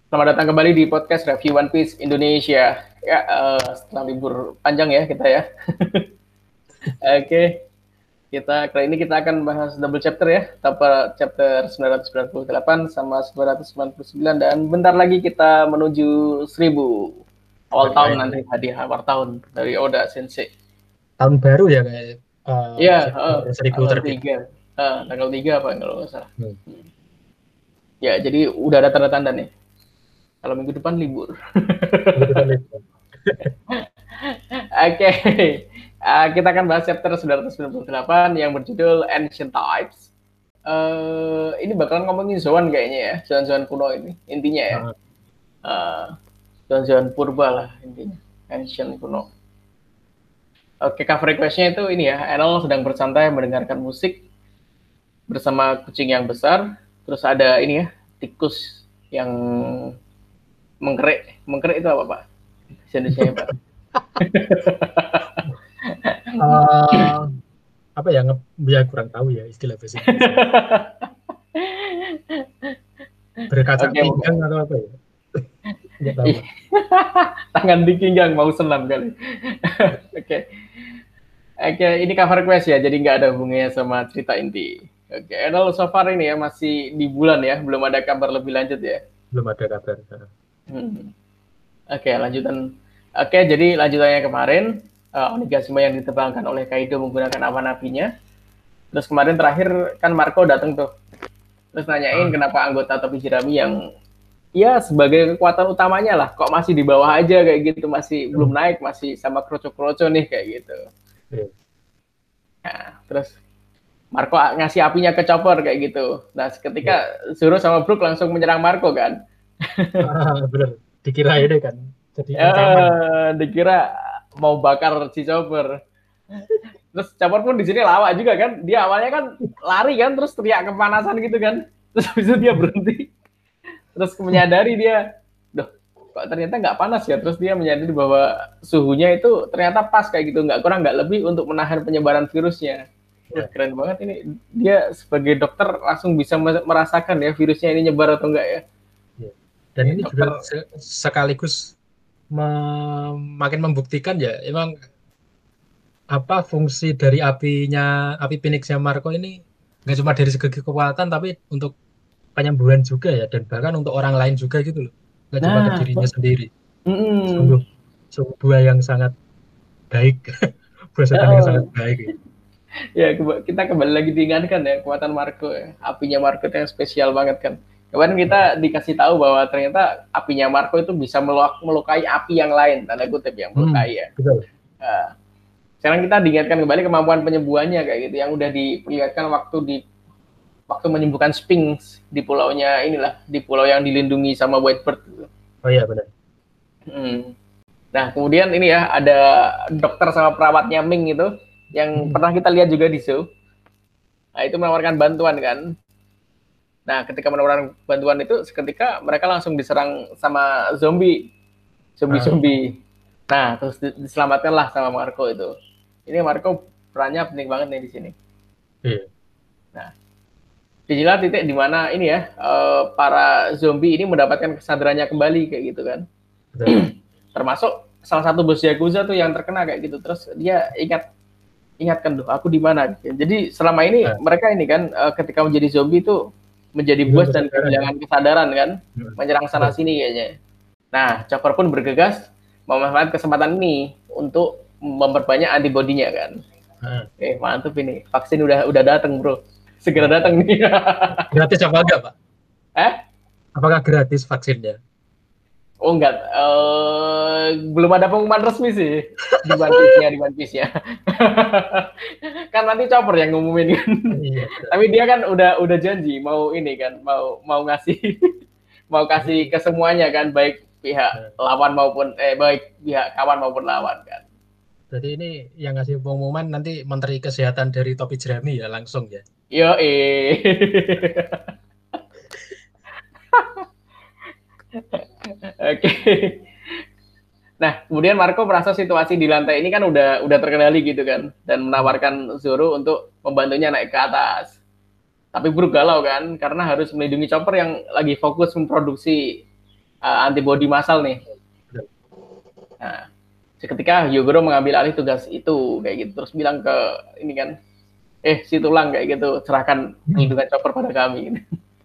Selamat datang kembali di podcast Review One Piece Indonesia. Ya, setelah libur panjang ya kita ya. Oke, kali ini kita akan bahas double chapter ya. Chapter 998 sama 999 dan bentar lagi kita menuju 1000. Awal tahun nanti hadiah awal tahun dari Oda Sensei. Tahun baru ya kayak Iya, chapter 1000 tanggal terbit. 3. Tanggal 3 apa kalau nggak salah. Hmm. Ya, jadi udah ada tanda-tanda nih. Kalau minggu depan libur. Oke, kita akan bahas chapter 998 yang berjudul Ancient Types. Ini bakalan ngomongin Zoan kayaknya ya, Zoan-Zoan kuno ini, intinya ya. Zoan-Zoan purba lah intinya, Ancient kuno. Oke, cover request-nya itu ini ya, Enel sedang bersantai mendengarkan musik bersama kucing yang besar, terus ada ini ya, tikus yang mengkerik. Mengkerik itu apa, Pak? Indonesia Pak. Apa ya, ya kurang tahu ya istilah bahasa Inggris. Berkaca pinggang atau apa ya? Nggak tahu. Tangan di pinggang mau senam kali. Oke. Oke, ini cover quest ya, jadi nggak ada hubungannya sama cerita inti. Oke, Enel so far ini ya masih di bulan ya, belum ada kabar lebih lanjut ya. Belum ada kabar. Oke, lanjutan. Oke, jadi lanjutannya kemarin Onigashima yang ditebangkan oleh Kaido menggunakan awan apinya. Terus kemarin terakhir kan Marco datang tuh. Terus nanyain kenapa anggota Topi Jerami yang ya sebagai kekuatan utamanya lah, kok masih di bawah aja kayak gitu, masih belum naik, masih sama kroco-kroco nih kayak gitu. Nah, terus Marco ngasih apinya ke Chopper kayak gitu. Nah, ketika Zoro sama Brook langsung menyerang Marco kan. Bener, dikira ini kan. Jadi dikira mau bakar si Chopper. Terus Chopper pun di sini lawak juga kan. Dia awalnya kan lari kan, terus teriak kepanasan gitu kan. Terus habis itu dia berhenti. Terus menyadari dia, loh kok ternyata nggak panas ya. Terus dia menyadari bahwa suhunya itu ternyata pas kayak gitu, nggak kurang nggak lebih untuk menahan penyebaran virusnya. Keren banget ini. Dia sebagai dokter langsung bisa merasakan ya virusnya ini nyebar atau enggak ya. Dan ini juga sekaligus makin membuktikan ya emang apa fungsi dari api Phoenix-nya Marco ini nggak cuma dari segi kekuatan tapi untuk penyembuhan juga ya, dan bahkan untuk orang lain juga gitu loh, nggak cuma ke dirinya sendiri. Sungguh buah yang sangat baik. Buah setan yang sangat baik ya. Kita kembali lagi diingatkan ya kekuatan Marco ya. Apinya Marco itu yang spesial banget kan. Kemarin kita dikasih tahu bahwa ternyata apinya Marco itu bisa melukai api yang lain, tanda kutip yang melukai ya. Betul. Sekarang kita diingatkan kembali kemampuan penyembuhannya kayak gitu yang udah diperlihatkan waktu menyembuhkan Sphinx di pulaunya inilah, di pulau yang dilindungi sama Whitebird. Oh iya benar. Nah kemudian ini ya ada dokter sama perawatnya Ming itu yang pernah kita lihat juga di show. Nah itu menawarkan bantuan kan. Nah ketika menawarkan bantuan itu seketika mereka langsung diserang sama zombie. Nah terus diselamatkanlah sama Marco itu. Ini Marco perannya penting banget nih di sini. Nah dijelas titik di mana ini ya para zombie ini mendapatkan kesadarannya kembali kayak gitu kan. Termasuk salah satu bos Yakuza tuh yang terkena kayak gitu. Terus dia ingatkan tuh aku di mana. Jadi selama ini mereka ini kan ketika menjadi zombie itu menjadi bos dan kehilangan kesadaran kan, menyerang sana sini kayaknya. Nah Chopper pun bergegas memanfaatkan kesempatan ini untuk memperbanyak antibodinya kan. Mantap ini, vaksin udah datang bro, segera datang nih. Gratis apa enggak Pak? Apakah gratis vaksinnya? Oh enggak, belum ada pengumuman resmi sih di One Piece-nya. Kan nanti Chopper yang ngumumin kan. Tapi dia kan udah janji mau ini kan, mau ngasih mau kasih ke semuanya kan, baik pihak lawan maupun baik pihak kawan maupun lawan kan. Jadi ini yang ngasih pengumuman nanti Menteri Kesehatan dari Topi Jerami ya langsung ya. Yo Oke. Nah, kemudian Marco merasa situasi di lantai ini kan udah terkendali gitu kan, dan menawarkan Zoro untuk membantunya naik ke atas. Tapi Brook galau kan, karena harus melindungi Chopper yang lagi fokus memproduksi antibody massal nih. Nah, seketika Hyogoro mengambil alih tugas itu kayak gitu, terus bilang ke ini kan, si tulang kayak gitu, serahkan perlindungan Chopper pada kami.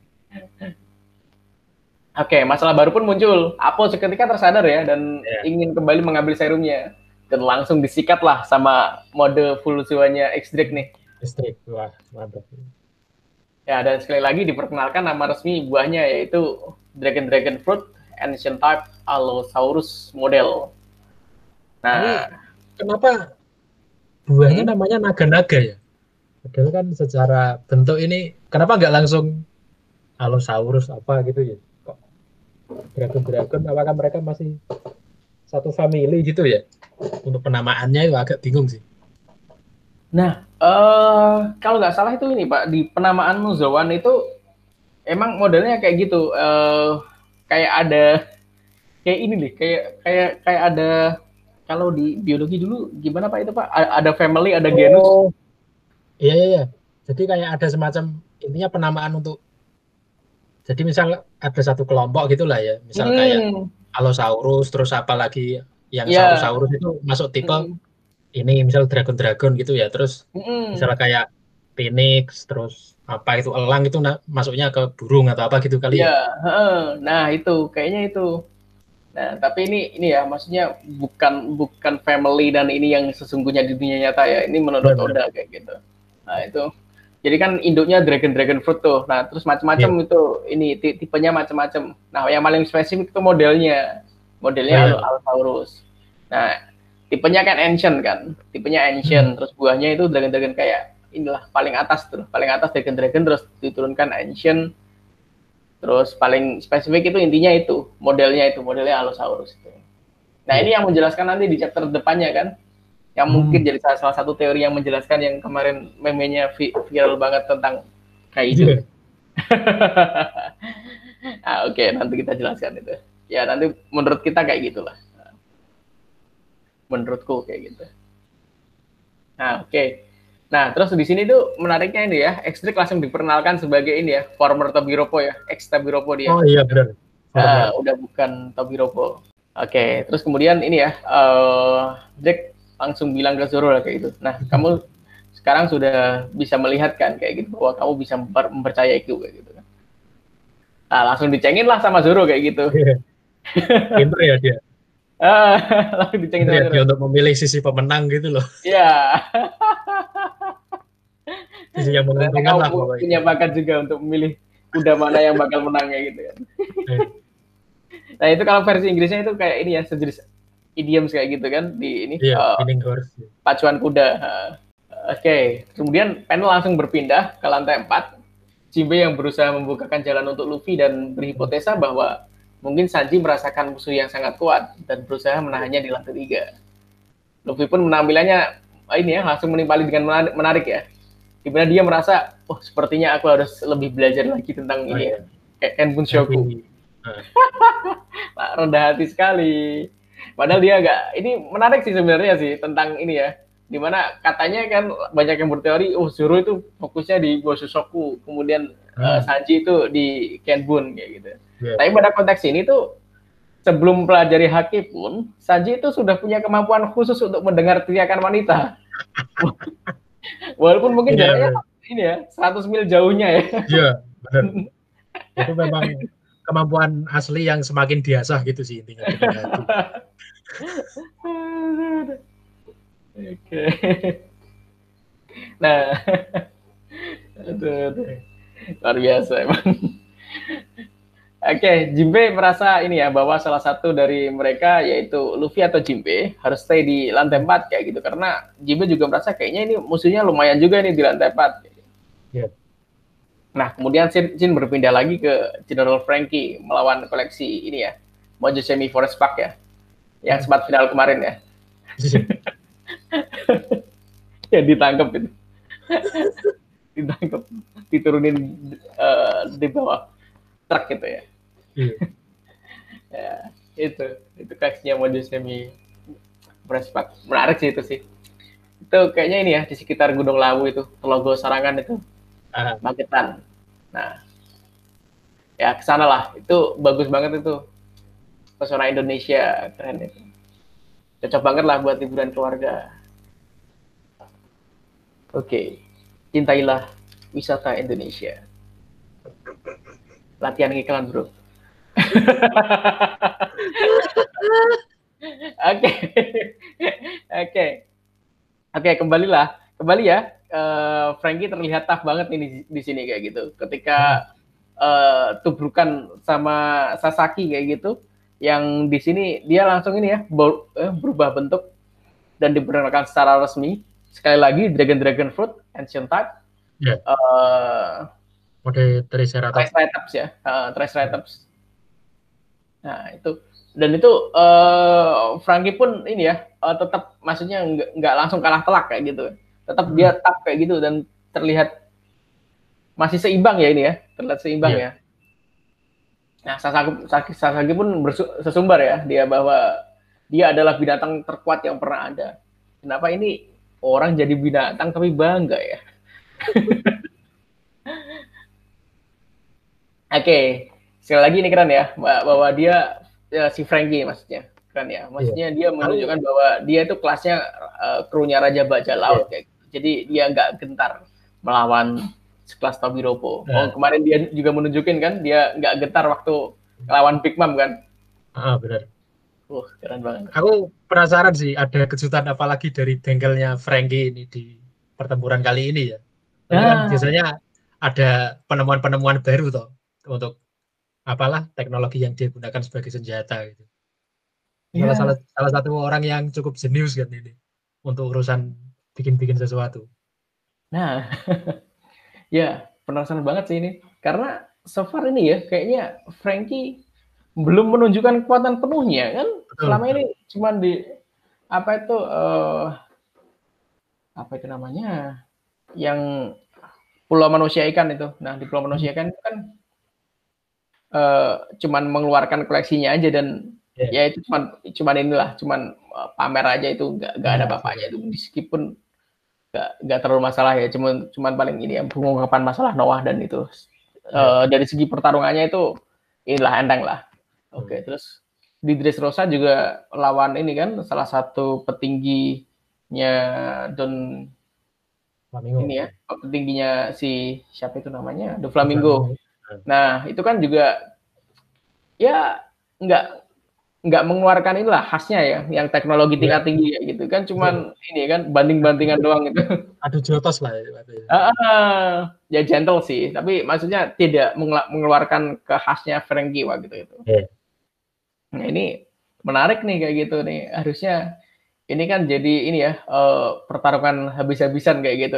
Oke, masalah baru pun muncul. Apo seketika tersadar ya dan ingin kembali mengambil serumnya dan langsung disikat lah sama mode full Zuanya X-Drake nih. X-Drake, wah mantap. Ya, dan sekali lagi diperkenalkan nama resmi buahnya yaitu Dragon Fruit Ancient Type Allosaurus model. Nah, ini kenapa buahnya namanya naga-naga ya? Padahal kan secara bentuk ini, kenapa nggak langsung Allosaurus apa gitu ya? Kok Dragon, apakah mereka masih satu family gitu ya? Untuk penamaannya itu agak bingung sih. Nah, kalau nggak salah itu ini Pak, di penamaan Muzowan itu emang modelnya kayak gitu. Kayak ada kayak ini nih, kayak ada, kalau di biologi dulu gimana Pak itu Pak? Ada family, ada genus. Iya. Jadi kayak ada semacam intinya penamaan untuk, jadi misal ada satu kelompok gitulah ya, misal kayak Allosaurus, terus apalagi yang Saurus itu masuk tipe ini, misal Dragon gitu ya, terus misalnya kayak Phoenix, terus apa itu elang itu masuknya ke burung atau apa gitu kali ya. Nah itu kayaknya itu. Nah tapi ini ya, maksudnya bukan family dan ini yang sesungguhnya di dunia nyata ya, ini menurut Oda kayak gitu. Nah itu, jadi kan induknya Dragon Fruit tuh. Nah terus macam-macam itu, ini tipenya macam-macam. Nah yang paling spesifik itu modelnya Allosaurus. Nah tipenya kan Ancient kan, terus buahnya itu Dragon kayak inilah paling atas Dragon, terus diturunkan Ancient. Terus paling spesifik itu intinya itu modelnya Allosaurus itu. Nah ini yang menjelaskan nanti di chapter depannya kan, yang mungkin jadi salah satu teori yang menjelaskan yang kemarin meme-nya viral banget tentang kaiju. Oke, nanti kita jelaskan itu. Ya nanti menurut kita kayak gitulah. Menurutku kayak gitu. Nah oke. Nah, terus di sini tuh menariknya ini ya, X-Drake langsung diperkenalkan sebagai ini ya, former Tobiropo ya, ex-Tobiropo dia. Oh iya benar. Udah bukan Tobiropo. Oke, terus kemudian ini ya, Drake langsung bilang ke Zoro lah kayak gitu. Nah, kamu sekarang sudah bisa melihat kan kayak gitu, bahwa kamu bisa mempercayaiku kayak gitu kan. Nah, langsung dicengin lah sama Zoro kayak gitu. Pinter ya dia. Langsung dicengin sama Zoro. Dia untuk memilih sisi pemenang gitu loh. Iya. Sisi yang menguntungkan lah pokoknya. Punya bakat juga untuk memilih kuda mana yang bakal menang kayak gitu kan. Nah itu kalau versi Inggrisnya itu kayak ini ya, sejenis idioms kayak gitu kan di ini. Pacuan kuda. Oke. Kemudian panel langsung berpindah ke lantai 4. Jinbei yang berusaha membukakan jalan untuk Luffy dan berhipotesa bahwa mungkin Sanji merasakan musuh yang sangat kuat dan berusaha menahannya di lantai 3. Luffy pun menampilannya ini ya, langsung menimpali dengan menarik ya. Di mana dia merasa, sepertinya aku harus lebih belajar lagi tentang ini ya, Ken Bunshoku. Rendah hati sekali. Padahal dia agak, ini menarik sih sebenarnya sih tentang ini ya. Dimana katanya kan banyak yang berteori, Zoro itu fokusnya di Goshoshoku, kemudian Sanji itu di Kenbun kayak gitu. Tapi pada konteks ini tuh, sebelum pelajari haki pun, Sanji itu sudah punya kemampuan khusus untuk mendengar teriakan wanita. Walaupun mungkin jaraknya ini ya, 100 mil jauhnya ya. Iya, benar. Itu memang kemampuan asli yang semakin diasah gitu sih intinya. Oke. Nah, luar biasa emang. Oke, Jinbei merasa ini ya, bahwa salah satu dari mereka yaitu Luffy atau Jinbei harus stay di lantai 4 kayak gitu, karena Jinbei juga merasa kayaknya ini musuhnya lumayan juga nih di lantai 4. Yeah. Nah, kemudian Shin berpindah lagi ke General Frankie melawan koleksi ini ya, Mojo Semi Forest Park ya, yang sempat final kemarin ya. Ya ditangkap itu. Ditangkap, diturunin di bawah truk gitu ya. Ya, itu kasusnya Mojo Semi Forest Park. Menarik sih itu sih. Itu kayaknya ini ya, di sekitar Gunung Lawu itu, logo sarangan itu. Magetan. Nah, ya kesana lah. Itu bagus banget itu. pesona Indonesia, keren itu. Cocok banget lah buat liburan keluarga. Oke, cintailah wisata Indonesia. Latihan iklan, bro. Oke, kembali ya. Frankie terlihat tough banget nih di sini kayak gitu. Ketika tubrukan sama Sasaki kayak gitu, yang di sini dia langsung ini ya berubah bentuk dan diperkenalkan secara resmi. Sekali lagi Dragon Fruit, Ancient Type. Yeah. Mode Triceratops ya, Triceratops. Nah itu, dan itu Frankie pun ini ya tetap maksudnya nggak langsung kalah telak kayak gitu, tetap dia tough kayak gitu dan terlihat masih seimbang ya ini ya, terlihat seimbang ya. Nah Sasaki pun sesumbar ya dia bahwa dia adalah binatang terkuat yang pernah ada. Kenapa ini orang jadi binatang tapi bangga ya? Oke, sekali lagi ini keren ya, bahwa dia si Frankie maksudnya keren ya. Maksudnya dia menunjukkan bahwa dia itu kelasnya krunya Raja Bajak Laut kayak gitu. Jadi dia nggak gentar melawan sekelas Tobiropo. Kemarin dia juga menunjukin kan, dia nggak gentar waktu lawan Big Mom kan. Benar. Keren banget. Aku penasaran sih ada kejutan apa lagi dari bengkelnya Frankie ini di pertempuran kali ini ya. Kan biasanya ada penemuan-penemuan baru toh untuk apalah teknologi yang dia gunakan sebagai senjata gitu. Salah satu orang yang cukup jenius kan ini untuk urusan bikin sesuatu. Nah, ya penasaran banget sih ini karena so far ini ya kayaknya Frankie belum menunjukkan kekuatan penuhnya kan. Selama ini cuma di apa itu namanya yang Pulau Manusia Ikan itu. Nah di Pulau Manusia Ikan itu kan cuman mengeluarkan koleksinya aja dan ya itu cuman inilah cuman pamer aja, itu nggak ada bapaknya itu, meskipun nggak terlalu masalah ya, cuman paling ini ya pengungkapan masalah Noah dan itu dari segi pertarungannya itu inilah enteng lah. Oke, terus di Dressrosa juga lawan ini kan salah satu petingginya Don Flamingo. Ini ya, petingginya si siapa itu namanya, Don Flamingo. Nah, itu kan juga ya nggak mengeluarkan inilah khasnya ya, yang teknologi tingkat tinggi kayak gitu kan, cuman ini kan banding-bandingan doang gitu. Aduh jotos lah ya gentle sih, tapi maksudnya tidak mengeluarkan ke khasnya Frankie waktu itu. Nah ini menarik nih kayak gitu nih, harusnya ini kan jadi ini ya pertarungan habis-habisan kayak gitu.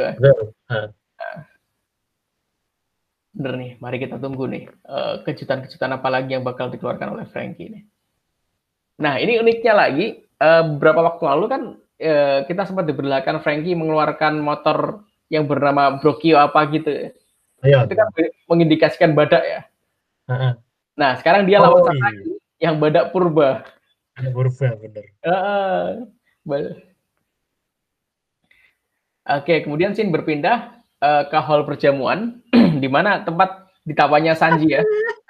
Bener nih, mari kita tunggu nih kejutan-kejutan apa lagi yang bakal dikeluarkan oleh Frankie nih. Nah ini uniknya lagi, beberapa waktu lalu kan kita sempat diberitakan Frankie mengeluarkan motor yang bernama Brokio apa gitu ya. Itu kan mengindikasikan badak ya. Nah sekarang dia lawan Sasaki yang badak purba. Purba bener. Oke, kemudian scene berpindah ke hall perjamuan di mana tempat ditawanya Sanji ya.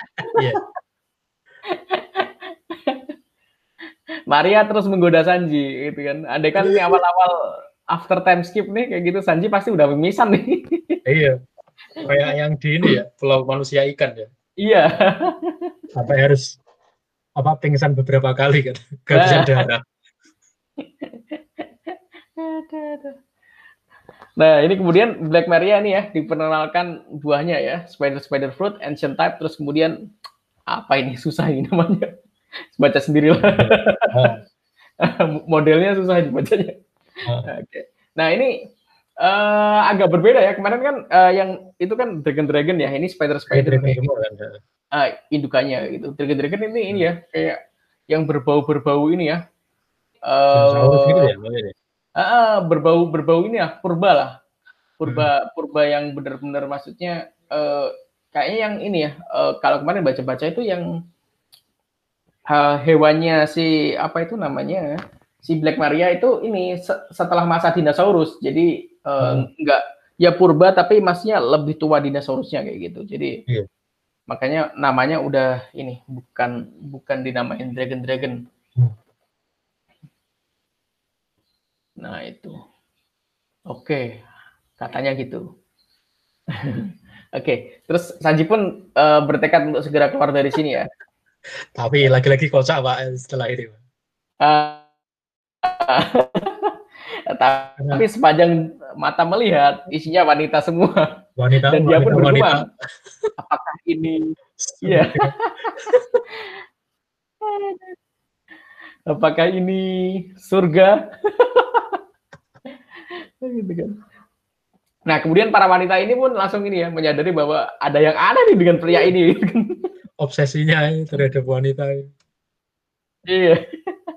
Maria terus menggoda Sanji gitu kan. Andai kan ini awal-awal after time skip nih kayak gitu, Sanji pasti udah pingsan nih. Iya. Kayak yang di ini ya, Pulau Manusia Ikan ya. Iya. Sampai harus pingsan beberapa kali kan. Kehabisan darah. Nah, ini kemudian Black Maria nih ya, diperkenalkan buahnya ya, Spider Fruit, Ancient Type, terus kemudian apa ini, susah ini namanya. Baca sendirilah. Modelnya susah dibacanya. Oke. Nah, ini agak berbeda ya. Kemarin kan yang itu kan Dragon ya, ini Spider gitu. Indukannya gitu. Dragon ini ya, kayak yang berbau ini ya. Berbau ini ya, purba lah. Purba yang benar-benar maksudnya kayaknya yang ini ya, kalau kemarin baca-baca itu yang hewannya si apa itu namanya, si Black Maria itu ini setelah masa dinosaurus, jadi enggak ya purba tapi masnya lebih tua dinosaurusnya kayak gitu. Jadi Makanya namanya udah ini bukan dinamain Dragon. Nah itu. Oke, katanya gitu. Oke, terus Sanji pun bertekad untuk segera keluar dari sini ya. Tapi lagi-lagi kocak Pak setelah ini. Tapi sepanjang mata melihat isinya wanita semua. Wanita, Dan dia pun bergumam. wanita. Apakah ini ya? Apakah ini surga? Gitu kan. Nah, kemudian para wanita ini pun langsung ini ya menyadari bahwa ada yang aneh nih dengan pria ini. Obsesinya terhadap wanita. Iya.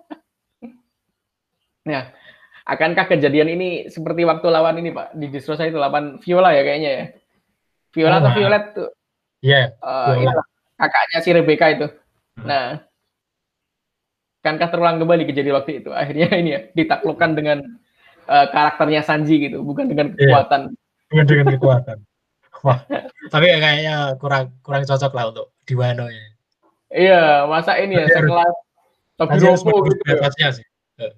Nah, akankah kejadian ini seperti waktu lawan ini Pak di Dressrosa itu lawan Viola ya kayaknya ya? Viola atau Violet tuh? Iya. Yeah, kakaknya si Rebecca itu. Nah, akankah terulang kembali kejadian waktu itu? Akhirnya ini ya ditaklukkan dengan karakternya Sanji gitu, bukan dengan kekuatan. Bukan dengan kekuatan. Wah, tapi kayaknya kurang cocok lah untuk di Wano ya. Iya, masa ini ya sekelas Tobiropo gitu ya. Atasnya sih.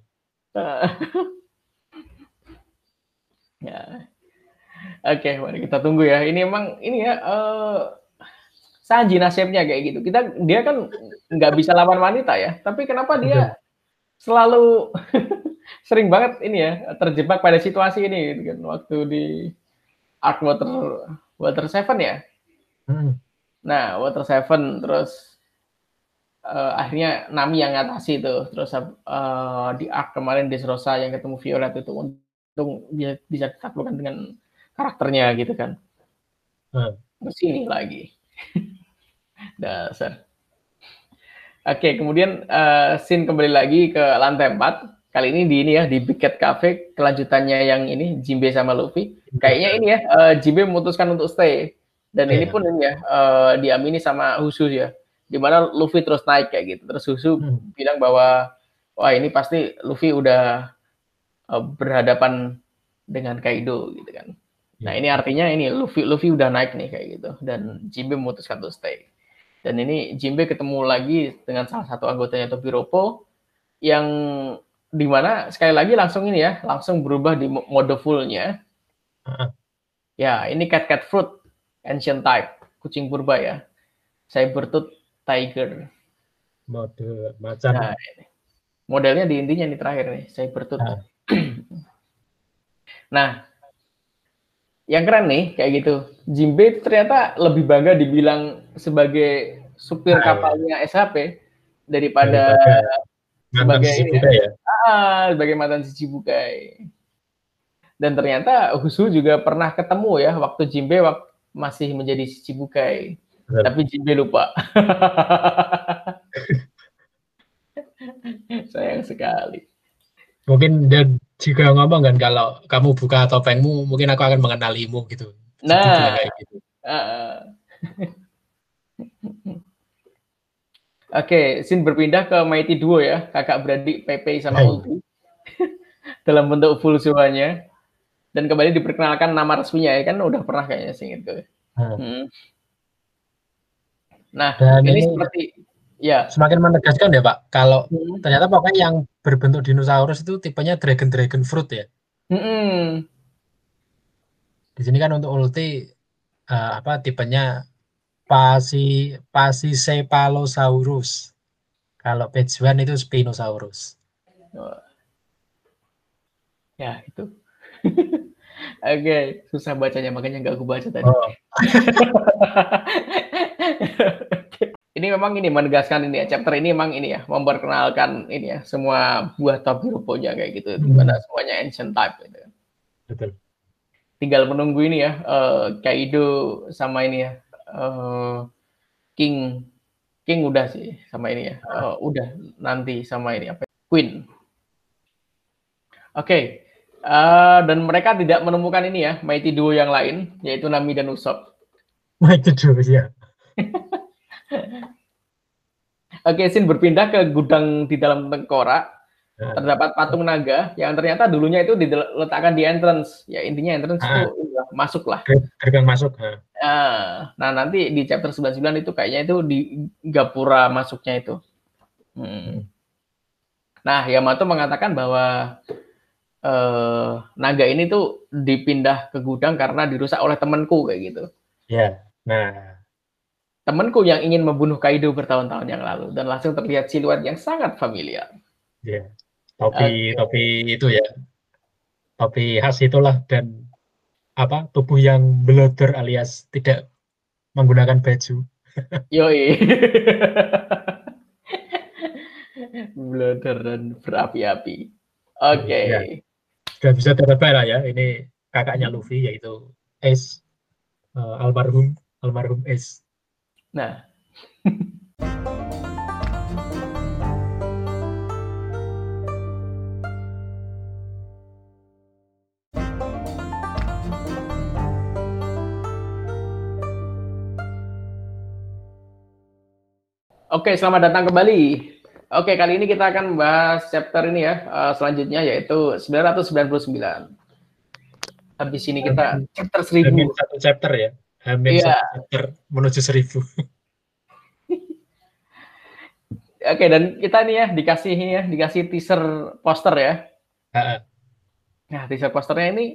Ya. Oke, mari kita tunggu ya. Ini emang ini ya Sanji nasibnya kayak gitu. Dia kan nggak bisa lawan wanita ya, tapi kenapa dia selalu sering banget ini ya terjebak pada situasi ini gitu kan waktu di Arc Water Seven ya. Nah, Water Seven terus akhirnya Nami yang ngatasi itu. Terus di Arc kemarin Dressrosa yang ketemu Violet itu untung dia bisa ditaklukkan dengan karakternya gitu kan. Terus ini lagi. Dasar. Oke, kemudian scene kembali lagi ke lantai 4. Kali ini di Big Cat Cafe, kelanjutannya yang ini Jinbe sama Luffy. Kayaknya ini ya Jinbe memutuskan untuk stay. Dan ini pun ini ya diamini sama Husu ya. Dimana Luffy terus naik kayak gitu. Terus Husu bilang bahwa wah ini pasti Luffy udah berhadapan dengan Kaido gitu kan. Nah ini artinya ini Luffy udah naik nih kayak gitu. Dan Jinbe memutuskan untuk stay. Dan ini Jinbe ketemu lagi dengan salah satu anggotanya Tobiropo yang dimana sekali lagi langsung ini ya, langsung berubah di mode full-nya. Ya, ini Cat Fruit, Ancient Type, kucing purba ya. Sabertooth Tiger. Mode macan. Nah, ini. Modelnya di intinya ini terakhir nih, Sabertooth. Nah, yang keren nih kayak gitu. Jinbe ternyata lebih bangga dibilang sebagai supir kapalnya SHP daripada sebagai ini ya. Sebagai mantan Shichibukai. Dan ternyata Husu juga pernah ketemu ya waktu Jinbe masih menjadi Shichibukai. Tapi Jinbe lupa. Sayang sekali. Mungkin dia juga ngomong kan kalau kamu buka topengmu mungkin aku akan mengenalimu gitu. Nah, kayak gitu. Oke, scene berpindah ke Mighty Duo ya, kakak beradik Pepe sama Ulti dalam bentuk full suaranya. Dan kembali diperkenalkan nama resminya ya kan udah pernah kayaknya sih itu. Nah, dan ini seperti ya semakin menegaskan ya Pak kalau ternyata pokoknya yang berbentuk dinosaurus itu tipenya dragon fruit ya. Di sini kan untuk Ulti tipenya Pachycephalosaurus. Kalau page 1 itu Spinosaurus. Ya, itu. Oke, susah bacanya makanya nggak aku baca tadi. Ini memang ini menegaskan ini ya, chapter ini memang ini ya, memperkenalkan ini ya, semua buah Tobiropo-nya kayak gitu, dimana semuanya ancient type gitu. Betul. Tinggal menunggu ini ya, Kaido sama ini ya, King udah sih sama ini ya, udah nanti sama ini apa? Queen. Oke. Dan mereka tidak menemukan ini ya, Mighty Duo yang lain, yaitu Nami dan Usopp. Mighty Duo ya. Oke, scene berpindah ke gudang di dalam tengkorak. Terdapat patung naga yang ternyata dulunya itu diletakkan di entrance. Ya intinya entrance itu masuk lah. Gerbang masuk. Nah, nanti di chapter 99 itu kayaknya itu di Gapura masuknya itu. Nah, Yamato mengatakan bahwa naga ini tuh dipindah ke gudang karena dirusak oleh temanku kayak gitu. Ya, nah. Temanku yang ingin membunuh Kaido bertahun-tahun yang lalu dan langsung terlihat siluet yang sangat familiar. Ya, topi itu ya, topi khas itulah, dan tubuh yang belodor alias tidak menggunakan baju. Yoi. Belodor dan berapi-api. Oke. Ya, sudah bisa tertebak lah ya, ini kakaknya Luffy yaitu Ace, almarhum Ace. Nah. Oke, selamat datang kembali. Oke, kali ini kita akan membahas chapter ini ya, selanjutnya yaitu 999. Habis ini kita chapter 1000. Hamin satu chapter ya. Hamin satu chapter menuju 1000. Oke, dan kita nih ya dikasih teaser poster ya. Nah, teaser posternya ini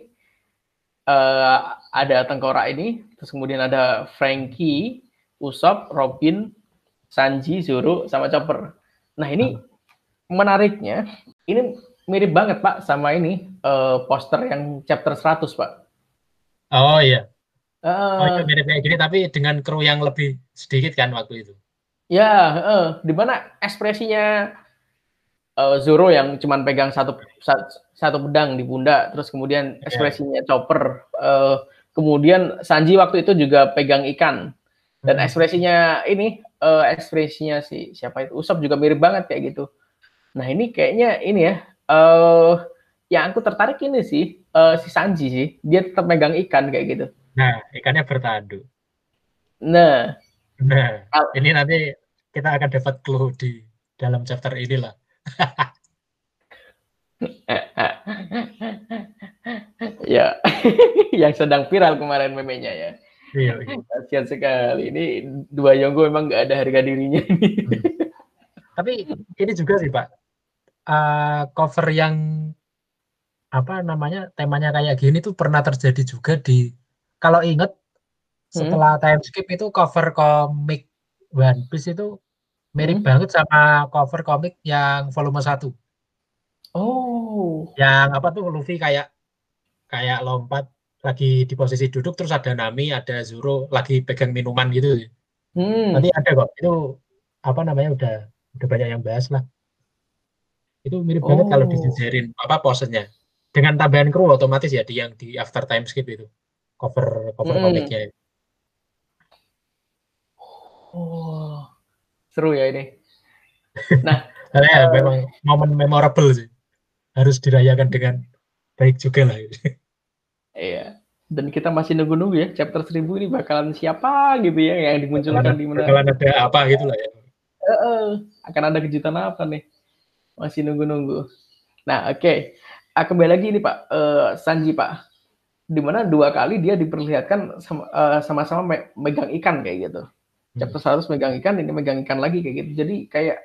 ada tengkorak ini, terus kemudian ada Frankie, Usopp, Robin, Sanji, Zoro, sama Chopper. Nah, ini menariknya, ini mirip banget Pak sama ini poster yang chapter 100 Pak. Oh iya. Itu mirip kayak gini tapi dengan kru yang lebih sedikit kan waktu itu. Ya, di mana ekspresinya Zoro yang cuman pegang satu pedang di pundak, terus kemudian ekspresinya Chopper, kemudian Sanji waktu itu juga pegang ikan, dan ekspresinya ekspresinya si siapa itu Usopp juga mirip banget kayak gitu. Nah ini kayaknya ini ya, yang aku tertarik ini sih si Sanji sih, dia tetap megang ikan kayak gitu. Nah, ikannya bertanduk. Nah, ini nanti kita akan dapat clue di dalam chapter inilah. Ya, yang sedang viral kemarin memenya ya. Iya. Kasian sekali. Ini dua Yonggo memang nggak ada harga dirinya ini. Tapi ini juga sih Pak, cover yang temanya kayak gini tuh pernah terjadi juga di, kalau inget setelah time skip itu cover komik One Piece itu mirip banget sama cover komik yang volume 1. Oh. Yang Luffy kayak lompat lagi di posisi duduk, terus ada Nami, ada Zoro lagi pegang minuman gitu. Nanti ada kok. Itu udah banyak yang bahas lah. Itu mirip banget kalau disejarin posenya. Dengan tambahan kru otomatis ya yang di after time skip itu. Cover komiknya. Oh. Seru ya ini. Nah, memang momen memorable sih. Harus dirayakan dengan baik juga lah. Iya. Dan kita masih nunggu-nunggu ya chapter 1000 ini bakalan siapa gitu ya yang dimunculkan di mana. Bakalan ada apa gitu lah ya. Akan ada kejutan apa nih? Masih nunggu-nunggu. Nah, oke. Kembali lagi ini Pak, Sanji Pak. Dimana 2 kali dia diperlihatkan sama-sama megang ikan kayak gitu. Chapter 100 megang ikan, ini megang ikan lagi kayak gitu. Jadi kayak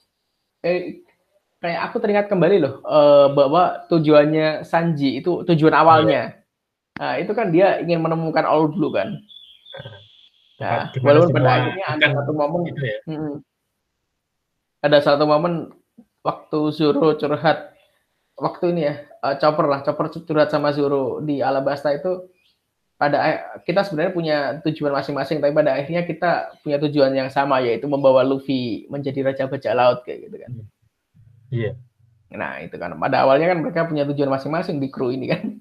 aku teringat kembali loh bahwa tujuannya Sanji itu tujuan awalnya. Nah, itu kan dia ingin menemukan All Blue kan. Nah, walaupun pada akhirnya ada satu momen gitu ya. Ada satu momen waktu Zoro curhat, waktu ini ya, Chopper curhat sama Zoro di Alabasta itu, kita sebenarnya punya tujuan masing-masing, tapi pada akhirnya kita punya tujuan yang sama, yaitu membawa Luffy menjadi Raja Bajak Laut kayak gitu kan. Iya. Nah itu kan, pada awalnya kan mereka punya tujuan masing-masing di kru ini kan.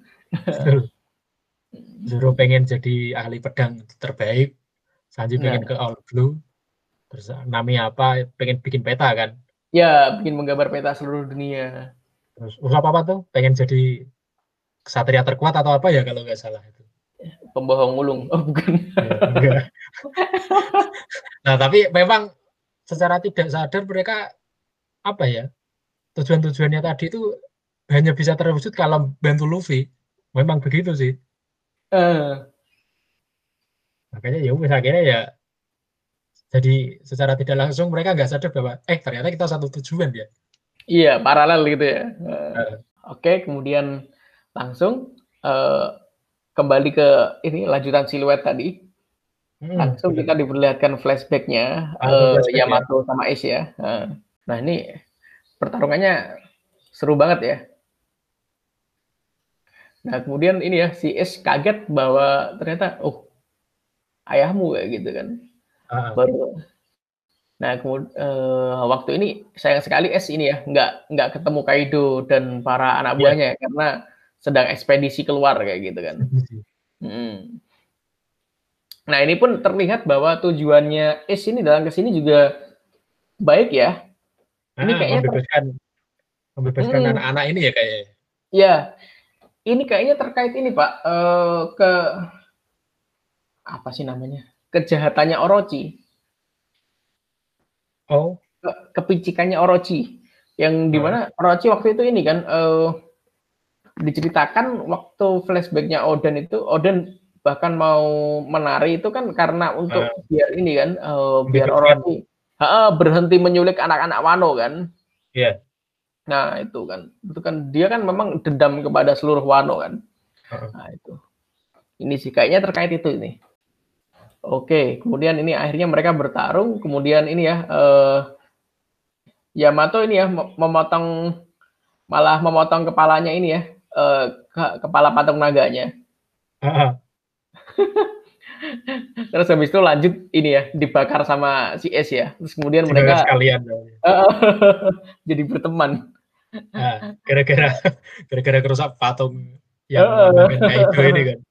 Zoro pengen jadi ahli pedang terbaik, Sanji pengen ke All Blue, terus Nami pengen bikin peta kan? Ya, bikin menggambar peta seluruh dunia. Terus Usopp tuh pengen jadi kesatria terkuat atau apa ya kalau nggak salah itu. Pembohong ulung. Oh bukan. Ya, enggak. Nah tapi memang secara tidak sadar mereka tujuan-tujuannya tadi itu hanya bisa terwujud kalau bantu Luffy. Memang begitu sih. Makanya ya wis akhirnya ya jadi secara tidak langsung mereka nggak sadar bahwa ternyata kita satu tujuan ya. Iya, paralel gitu ya. Heeh. Oke, kemudian langsung kembali ke ini lanjutan siluet tadi. Langsung Benar. kita diperlihatkan flashback-nya Langsung flashback ya. Yamato sama Ace ya. Nah ini pertarungannya seru banget ya. Nah kemudian ini ya si Ace kaget bahwa ternyata ayahmu kayak gitu kan. Heeh. Baru. Nah kemudian waktu ini sayang sekali Ace ini ya nggak ketemu Kaido dan para anak Iya. buahnya ya, karena sedang ekspedisi keluar kayak gitu kan. Nah ini pun terlihat bahwa tujuannya Ace ini dalam kesini juga baik ya. Ini kayaknya Membebaskan anak-anak ini ya kayaknya. ya, ini kayaknya terkait ini Pak, ke apa sih namanya? Kejahatannya Orochi. Oh. Kepicikannya Orochi. Yang dimana Orochi waktu itu ini kan diceritakan waktu flashbacknya Oden itu, Oden bahkan mau menari itu kan karena untuk biar ini kan, biar Orochi berhenti menyulik anak-anak Wano kan. Iya. Nah itu kan dia kan memang dendam kepada seluruh Wano kan. Nah itu. Ini sih kayaknya terkait itu ini. Oke, kemudian ini akhirnya mereka bertarung, kemudian ini ya Yamato ini ya malah memotong kepalanya ini ya, kepala patung naganya. Terus habis itu lanjut ini ya dibakar sama si S ya. Terus kemudian mereka sekalian. jadi berteman. Gara-gara kerusak patung yang melambangkan Kaido ini kan.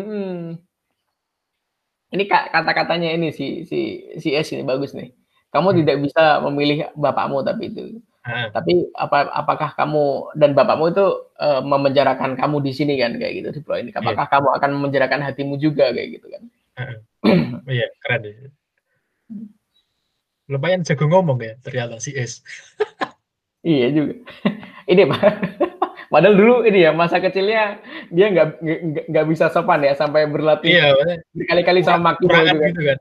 Ini kata-katanya ini si S ini bagus nih. Kamu tidak bisa memilih bapakmu tapi itu. Tapi apakah kamu dan bapakmu itu memenjarakan kamu di sini kan kayak gitu di pulau ini. Apakah kamu akan memenjarakan hatimu juga kayak gitu kan? Iya, keren ya. Lumayan jago ngomong ya ternyata si S. Iya juga. Ini Pak. Padahal dulu ini ya masa kecilnya dia nggak bisa sopan ya sampai berlatih berkali-kali sama Makino itu kan. Gitu kan.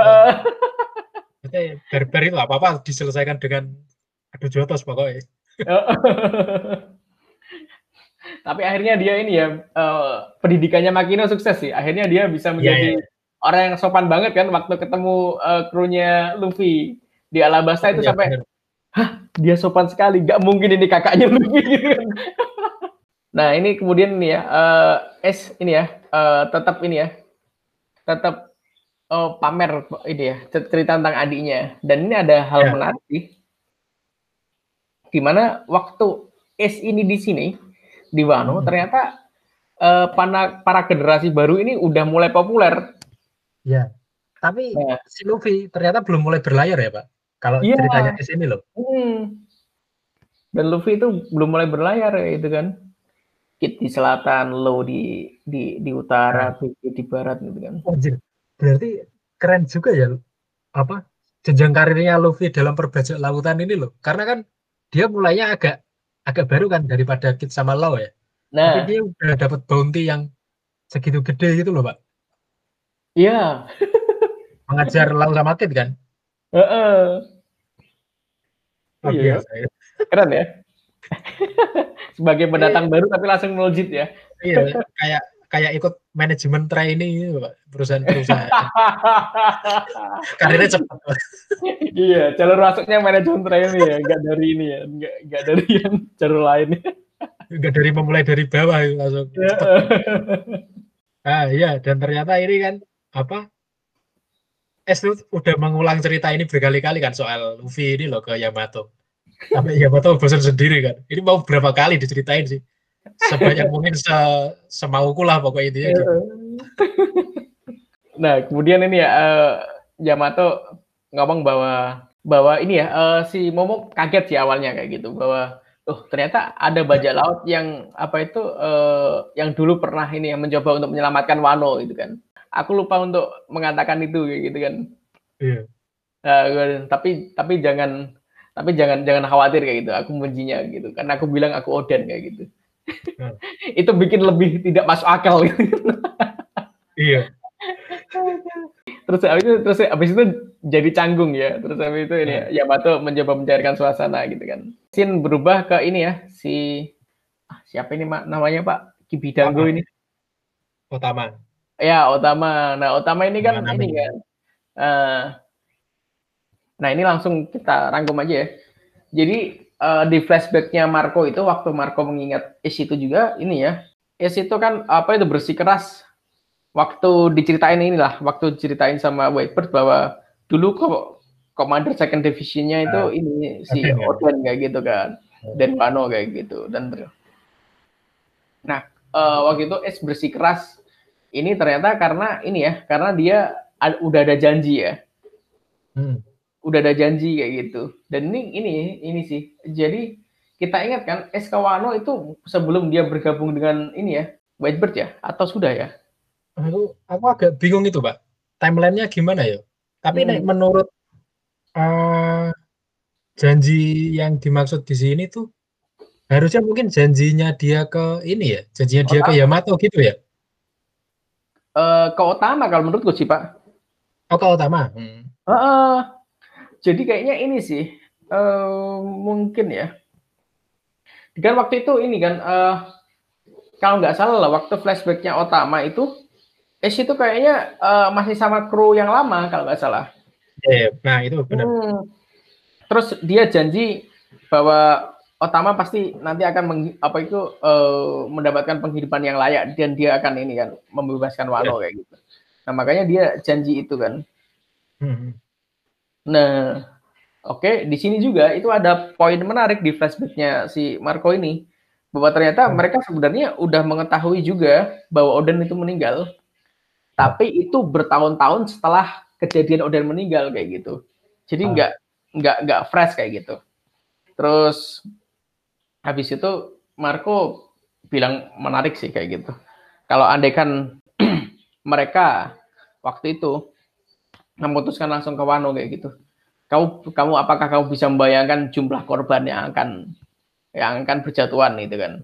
Barbar itu apa-apa diselesaikan dengan adu jotos pokoknya. Tapi akhirnya dia ini ya pendidikannya Makino sukses sih. Akhirnya dia bisa menjadi orang yang sopan banget kan waktu ketemu krunya Luffy di Alabasta itu sampai dia sopan sekali, nggak mungkin ini kakaknya Luffy gitu kan. Nah ini kemudian ini ya S ini ya tetap ini ya pamer ini ya cerita tentang adiknya, dan ini ada hal menarik sih, dimana waktu S ini di sini di Wano ternyata para generasi baru ini udah mulai populer. Ya, tapi si Luffy ternyata belum mulai berlayar ya Pak. Kalau ceritanya S ini loh. Dan Luffy itu belum mulai berlayar ya itu kan. Kid di selatan, Law di utara, Big di barat gitu kan. Berarti keren juga ya apa jenjang karirnya Luffy dalam perbajak lautan ini loh. Karena kan dia mulainya agak baru kan daripada Kid sama Law ya. Tapi dia udah dapat bounty yang segitu gede gitu loh Pak. Iya. Mengajar Law sama Kid kan. Iya. Keren ya. Sebagai pendatang baru tapi langsung melejit ya. Iya, kayak ikut manajemen trainee gitu, Pak, perusahaan-perusahaan. Karirnya cepat. Iya, jalur masuknya manajemen trainee ya, enggak dari ini ya, enggak dari yang jalur lain. Enggak dari memulai dari bawah itu langsung cepat. Iya, dan ternyata ini kan apa? S tuh udah mengulang cerita ini berkali-kali kan soal Luffy ini loh ke Yamato. Sampai Yamato bosan sendiri kan. Ini mau berapa kali diceritain sih. Sebanyak mungkin semauku lah pokoknya intinya gitu. Nah, kemudian ini ya Yamato ngomong bahwa ini ya si Momo kaget sih awalnya kayak gitu bahwa ternyata ada bajak laut yang apa itu yang dulu pernah ini yang mencoba untuk menyelamatkan Wano gitu kan. Aku lupa untuk mengatakan itu kayak gitu kan. Iya. Tapi jangan khawatir kayak gitu. Aku membencinya gitu. Karena aku bilang aku Oden kayak gitu. Itu bikin lebih tidak masuk akal gitu. Iya. Terus habis itu jadi canggung ya. Terus habis itu ini Yamato mencoba mencairkan suasana gitu kan. Scene berubah ke ini ya, siapa ini namanya Pak? Kibidango ini. Otama. Ya, Otama. Nah, Otama ini kan ini kan. Nah, ini langsung kita rangkum aja ya. Jadi di flashbacknya Marco itu waktu Marco mengingat Ace itu juga ini ya. Ace itu kan apa itu bersikeras waktu diceritain sama Whitebird bahwa dulu kok Commander Second Division-nya itu ini si Oden kayak gitu kan. Dan Wano kayak gitu nah waktu itu Ace bersikeras ini ternyata karena dia udah ada janji ya. Udah ada janji kayak gitu. Dan ini sih. Jadi kita ingat kan SK Wano itu sebelum dia bergabung dengan ini ya, Whitebird ya, atau sudah ya? Aku agak bingung itu, Pak. Timelinenya gimana ya? Tapi menurut janji yang dimaksud di sini tuh harusnya mungkin janjinya dia ke ini ya, janjinya dia ke Yamato gitu ya? Ke Otama kalau menurutku sih, Pak. Oh, ke Otama. Jadi kayaknya ini sih mungkin ya. Kan waktu itu ini kan kalau nggak salah lah waktu flashbacknya Otama itu Ace itu kayaknya masih sama kru yang lama kalau nggak salah. Nah itu benar. Terus dia janji bahwa Otama pasti nanti akan mendapatkan penghidupan yang layak dan dia akan ini kan membebaskan Wano kayak gitu. Nah makanya dia janji itu kan. Nah, oke, di sini juga itu ada poin menarik di flashbacknya si Marco ini bahwa ternyata mereka sebenarnya udah mengetahui juga bahwa Oden itu meninggal, tapi itu bertahun-tahun setelah kejadian Oden meninggal kayak gitu. Jadi nggak fresh kayak gitu. Terus habis itu Marco bilang menarik sih kayak gitu. Kalau andaikan mereka waktu itu memutuskan langsung ke Wano kayak gitu, kamu apakah kamu bisa membayangkan jumlah korban yang akan berjatuhan itu kan?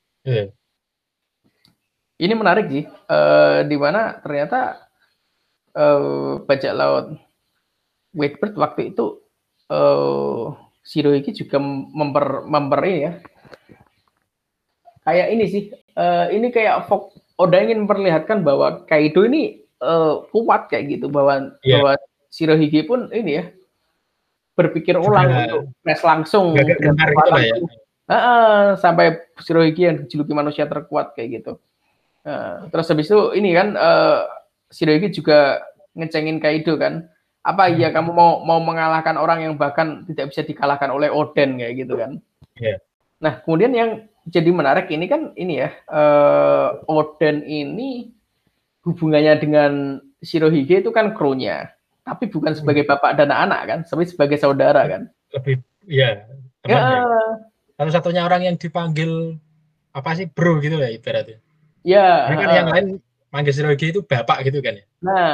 Ini menarik sih, di mana ternyata bajak laut Whitebird waktu itu Shirohige juga memper ini ya. Kayak ini sih, ini kayak Oda ingin memperlihatkan bahwa Kaido ini kuat kayak gitu, bahwa Shirohige pun ini ya berpikir ulang untuk press langsung dengan gitu sampai Shirohige yang dijuluki manusia terkuat kayak gitu. Terus habis itu ini kan Shirohige juga ngecengin Kaido kan. Apa iya kamu mau mengalahkan orang yang bahkan tidak bisa dikalahkan oleh Oden kayak gitu kan? Nah kemudian yang jadi menarik ini kan ini ya Oden ini hubungannya dengan Shirohige itu kan krunya, tapi bukan sebagai bapak dan anak kan, tapi sebagai saudara kan. Lebih satu-satunya orang yang dipanggil apa sih bro gitu ya ibaratnya. Ya. Kan yang lain manggil Shirohige itu bapak gitu kan ya. Nah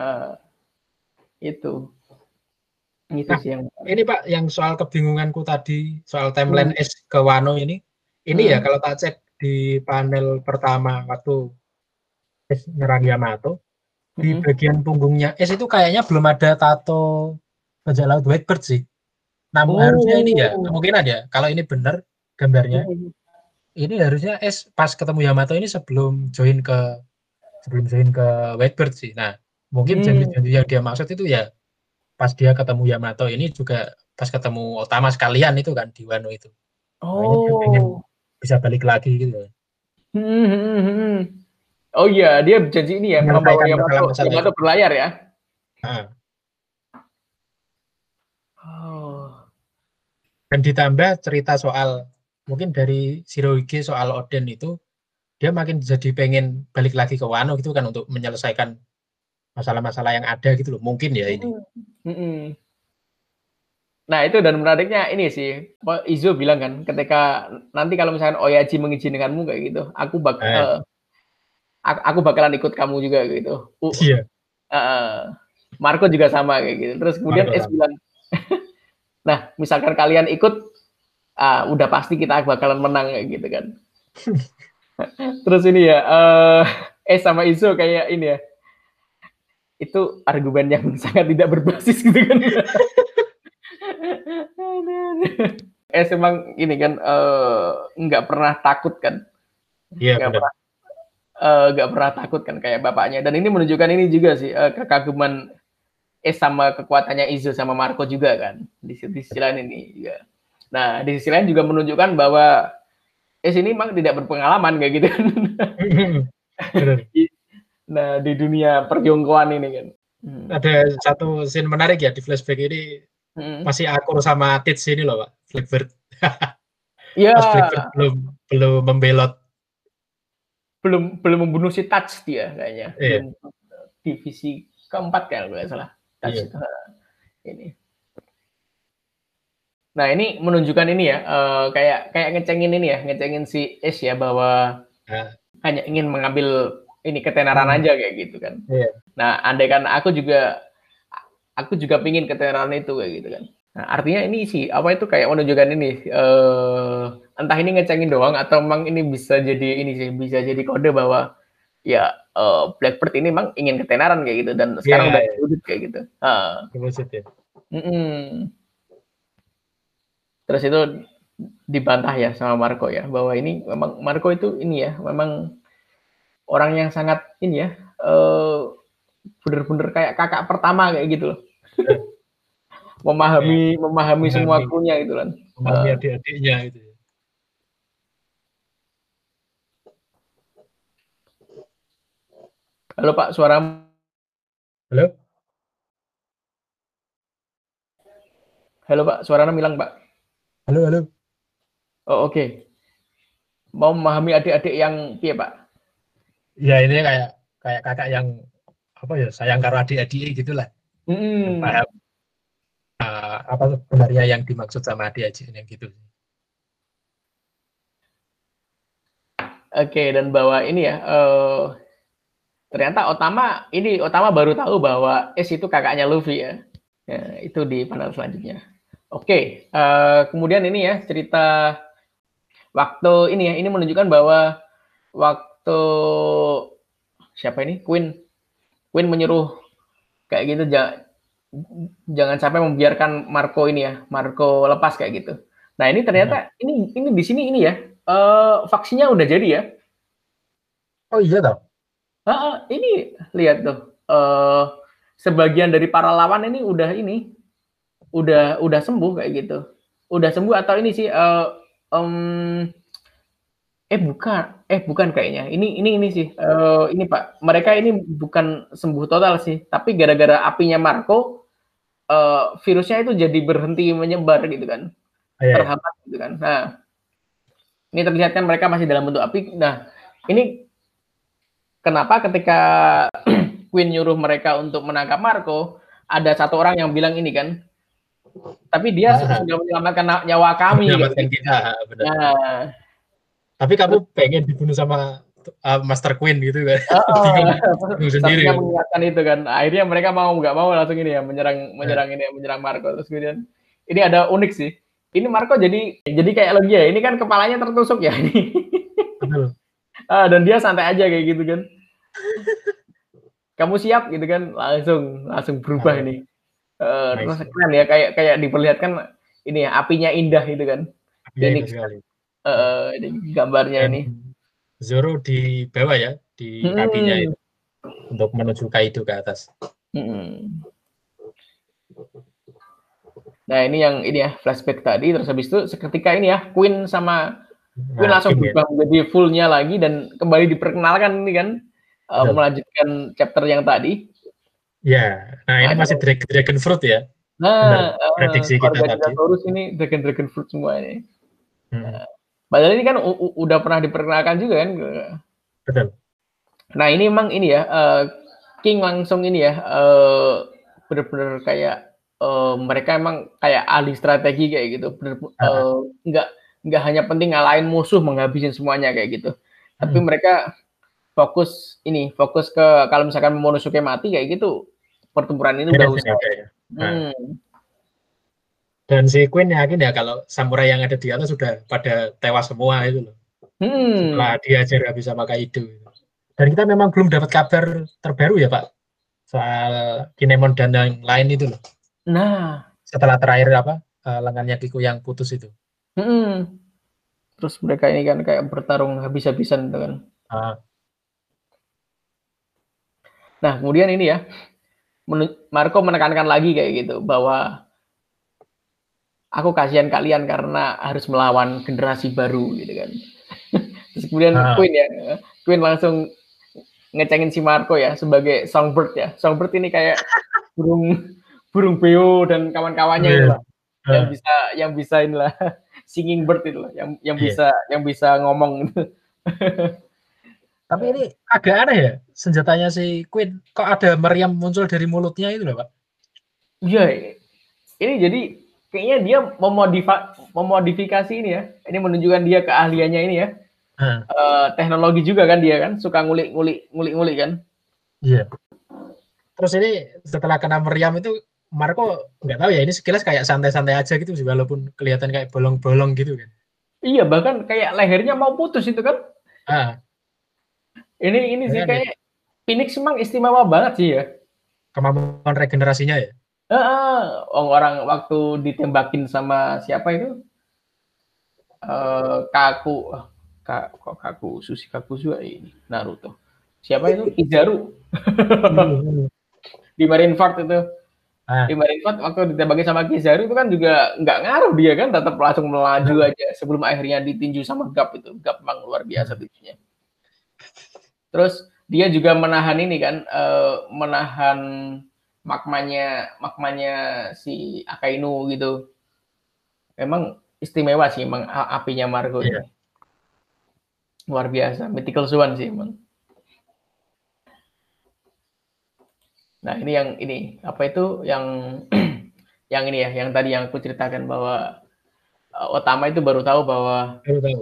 itu sih yang ini Pak yang soal kebingunganku tadi soal timeline Ace ke Wano ini ya kalau tak cek di panel pertama waktu Ace nyerang Yamato di bagian punggungnya Ace itu kayaknya belum ada tato bajak laut Whitebird sih. Namun harusnya ini ya kemungkinan ya kalau ini benar gambarnya ini harusnya Ace pas ketemu Yamato ini sebelum join ke Whitebird sih. Nah mungkin janji-janji yang dia maksud itu ya pas dia ketemu Yamato ini juga pas ketemu Otama sekalian itu kan di Wano itu. Makanya dia pengen bisa balik lagi gitu. Oh iya, dia janji ini ya membawa Yamato berlayar ya. Dan ditambah cerita soal mungkin dari Shirohige soal Oden itu dia makin jadi pengen balik lagi ke Wano gitu kan untuk menyelesaikan masalah-masalah yang ada gitu loh. Mungkin ya ini. Nah itu dan menariknya ini sih Izo bilang kan ketika nanti kalau misalkan Oyaji mengizinkanmu kayak gitu aku bakalan ikut kamu juga gitu. Marco juga sama kayak gitu. Terus kemudian Ace bilang nah misalkan kalian ikut udah pasti kita bakalan menang kayak gitu kan. Terus ini ya Ace sama Izo kayak ini ya itu argumen yang sangat tidak berbasis gitu kan. Emang ini kan nggak pernah takut kan. Iya, benar. Nggak pernah takut kan kayak bapaknya. Dan ini menunjukkan ini juga sih kekaguman sama kekuatannya Izo sama Marco juga kan di sisi lain ini juga. Nah di sisi lain juga menunjukkan bahwa ini memang tidak berpengalaman kayak gitu kan. Nah di dunia perjongkoan ini kan. Ada satu scene menarik ya di flashback ini, masih akur sama Tits ini loh Pak, Blackbird. Iya. Mas Blackbird belum membelot. Belum membunuh si Touch dia kayaknya. Belum divisi keempat kan kalau nggak salah. Touch itu. Ini. Nah ini menunjukkan ini ya, kayak ngecengin si Ace ya bahwa hanya ingin mengambil ini ketenaran aja kayak gitu kan. Nah andai kan aku juga pingin ketenaran itu kayak gitu kan. Nah artinya ini sih apa itu kayak menunjukkan ini entah ini ngecengin doang atau memang ini bisa jadi kode bahwa ya Blackbird ini memang ingin ketenaran kayak gitu dan sekarang udah wujud kayak gitu. Terus itu dibantah ya sama Marco ya bahwa ini memang Marco itu ini ya memang orang yang sangat ini ya bener-bener kayak kakak pertama kayak gitu loh. memahami semua krunya gitu kan. Memahami adik-adiknya itu. Halo Pak, suara. Halo. Halo Pak, suaranya hilang Pak. Halo. Oh oke. Mau memahami adik-adik yang piye Pak? Ya ini kayak kakak yang apa ya sayang karo adik-adik gitulah. Paham apa sebenarnya yang dimaksud sama adik-adik yang gitu. Oke, dan bahwa ini ya ternyata Otama baru tahu bahwa Ace itu kakaknya Luffy ya. Ya itu di panel selanjutnya. Oke, kemudian ini ya cerita waktu ini ya, ini menunjukkan bahwa waktu siapa ini Queen menyuruh kayak gitu jangan sampai membiarkan Marco lepas kayak gitu. Nah ini ternyata ini di sini ini ya vaksinnya udah jadi ya. Oh iya toh. Ini lihat tuh sebagian dari para lawan ini udah sembuh kayak gitu. Udah sembuh atau ini sih bukan kayaknya. Ini sih ini Pak. Mereka ini bukan sembuh total sih, tapi gara-gara apinya Marco virusnya itu jadi berhenti menyebar gitu kan. Terhambat gitu kan. Nah, ini terlihat kan mereka masih dalam bentuk api. Nah, ini kenapa ketika Queen nyuruh mereka untuk menangkap Marco, ada satu orang yang bilang ini kan, tapi dia sudah menyelamatkan nyawa kami. Menyelamatkan kita, benar. Nah, tapi kamu pengen dibunuh sama Master Queen gitu kan? Bingung sendiri. Mengingatkan itu kan. Akhirnya mereka nggak mau langsung ini ya menyerang Marco. Terus kemudian ini ada unik sih. Ini Marco jadi kayak lagi ya. Ini kan kepalanya tertusuk ya. Betul. Dan dia santai aja kayak gitu kan. Kamu siap gitu kan? Langsung berubah ini. Terus keren ya kayak diperlihatkan ini ya apinya indah gitu kan. Ini sekali. Gambarnya ini. Zoro di bawah ya di apinya itu untuk menuju Kaido ke atas. Nah ini yang ini ya flashback tadi terus habis itu seketika ini ya Queen langsung berubah menjadi fullnya lagi dan kembali diperkenalkan ini kan melanjutkan chapter yang tadi. Ya, nah ini masih Dragon Fruit ya. Nah, prediksi kita tadi. Ini Dragon Fruit semua ini. Padahal ini kan udah pernah diperkenalkan juga kan. Betul. Nah ini emang ini ya King langsung ini ya benar-benar kayak mereka emang kayak ahli strategi kayak gitu. Nggak hanya penting ngalahin musuh menghabisin semuanya kayak gitu. Tapi mereka fokus ke kalau misalkan Momonosuke mati kayak gitu pertempuran ini udah usai. Dan si Queen yakin ya kalau samurai yang ada di atas sudah pada tewas semua itu loh. Setelah diajar habis sama Kaido. Dan kita memang belum dapat kabar terbaru ya Pak. soal Kinemon dan yang lain itu loh. Nah, Setelah terakhir lengannya Kiku yang putus itu. Terus mereka ini kan kayak bertarung habis-habisan gitu kan. Nah, kemudian ini ya, Marco menekankan lagi kayak gitu bahwa aku kasihan kalian karena harus melawan generasi baru gitu kan. Terus kemudian Queen langsung ngecengin si Marco ya sebagai songbird ya. Songbird ini kayak burung beo dan kawan-kawannya itu lah. Yang bisa inilah singing bird itu lah, yang bisa ngomong gitu. Tapi ini agak aneh ya, senjatanya si Queen kok ada meriam muncul dari mulutnya itu loh, Pak. Iya, ini jadi kayaknya dia memodifikasi ini ya. Ini menunjukkan dia keahliannya ini ya. Teknologi juga kan dia kan, suka ngulik kan. Iya. Terus ini setelah kena meriam itu Marco nggak tahu ya, ini sekilas kayak santai-santai aja gitu sih, walaupun kelihatan kayak bolong-bolong gitu kan. Iya, bahkan kayak lehernya mau putus itu kan. Ini sih kayak Phoenix memang istimewa banget sih ya. Kemampuan regenerasinya ya. Orang waktu ditembakin sama siapa itu? Kaku Sushi Kakuzu ini Naruto. Siapa itu? Kizaru. Di Marineford itu. Di Marineford waktu ditembakin sama Kizaru itu kan juga nggak ngaruh dia kan, tetap langsung melaju aja sebelum akhirnya ditinju sama Gap itu. Gap memang luar biasa tinjunya. Terus dia juga menahan ini kan, menahan magmanya si Akainu gitu. Memang istimewa sih emang apinya Marco ini. Luar biasa, mythical Swan sih emang. Nah, ini yang ini apa itu yang yang ini ya, yang tadi yang aku ceritakan bahwa Otama itu baru tahu bahwa